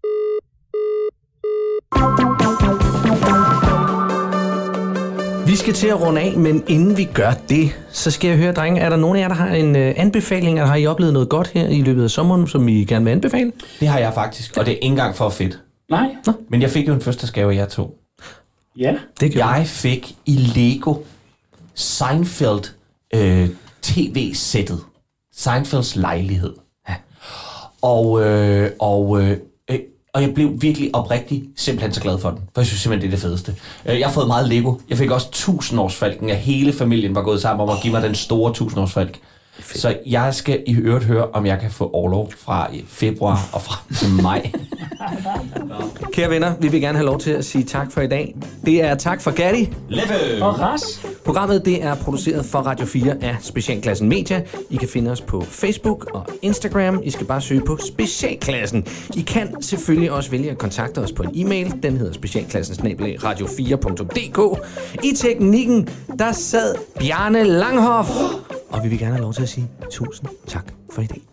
Vi skal til at runde af, men inden vi gør det, så skal jeg høre, drenge, er der nogen af jer, der har en uh, anbefaling, eller har I oplevet noget godt her i løbet af sommeren, som I gerne vil anbefale? Det har jeg faktisk, og det er ikke engang for fedt. Nej. Nå. Men jeg fik jo en fødselsdagsgave af jer to. Ja. Det jeg fik i Lego Seinfeld øh, tv-sættet. Seinfelds lejlighed. Ja. Og, øh, og øh, Og jeg blev virkelig oprigtig simpelthen så glad for den. For jeg synes simpelthen, det er det fedeste. Jeg har fået meget Lego. Jeg fik også tusindårsfalken, at hele familien var gået sammen om at give mig den store tusindårsfalk. Så jeg skal i øvrigt høre, om jeg kan få orlov fra februar og frem til maj. Kære venner, vi vil gerne have lov til at sige tak for i dag. Det er tak for Gatti. Leffe. Og Ras. Programmet det er produceret for Radio fire af Specialklassen Media. I kan finde os på Facebook og Instagram. I skal bare søge på Specialklassen. I kan selvfølgelig også vælge at kontakte os på en e-mail. Den hedder specialklassen snabel-a radio fire punktum d k. I teknikken, der sad Bjarne Langhoff. Og vi vil gerne have lov til at sige tusind tak for i dag.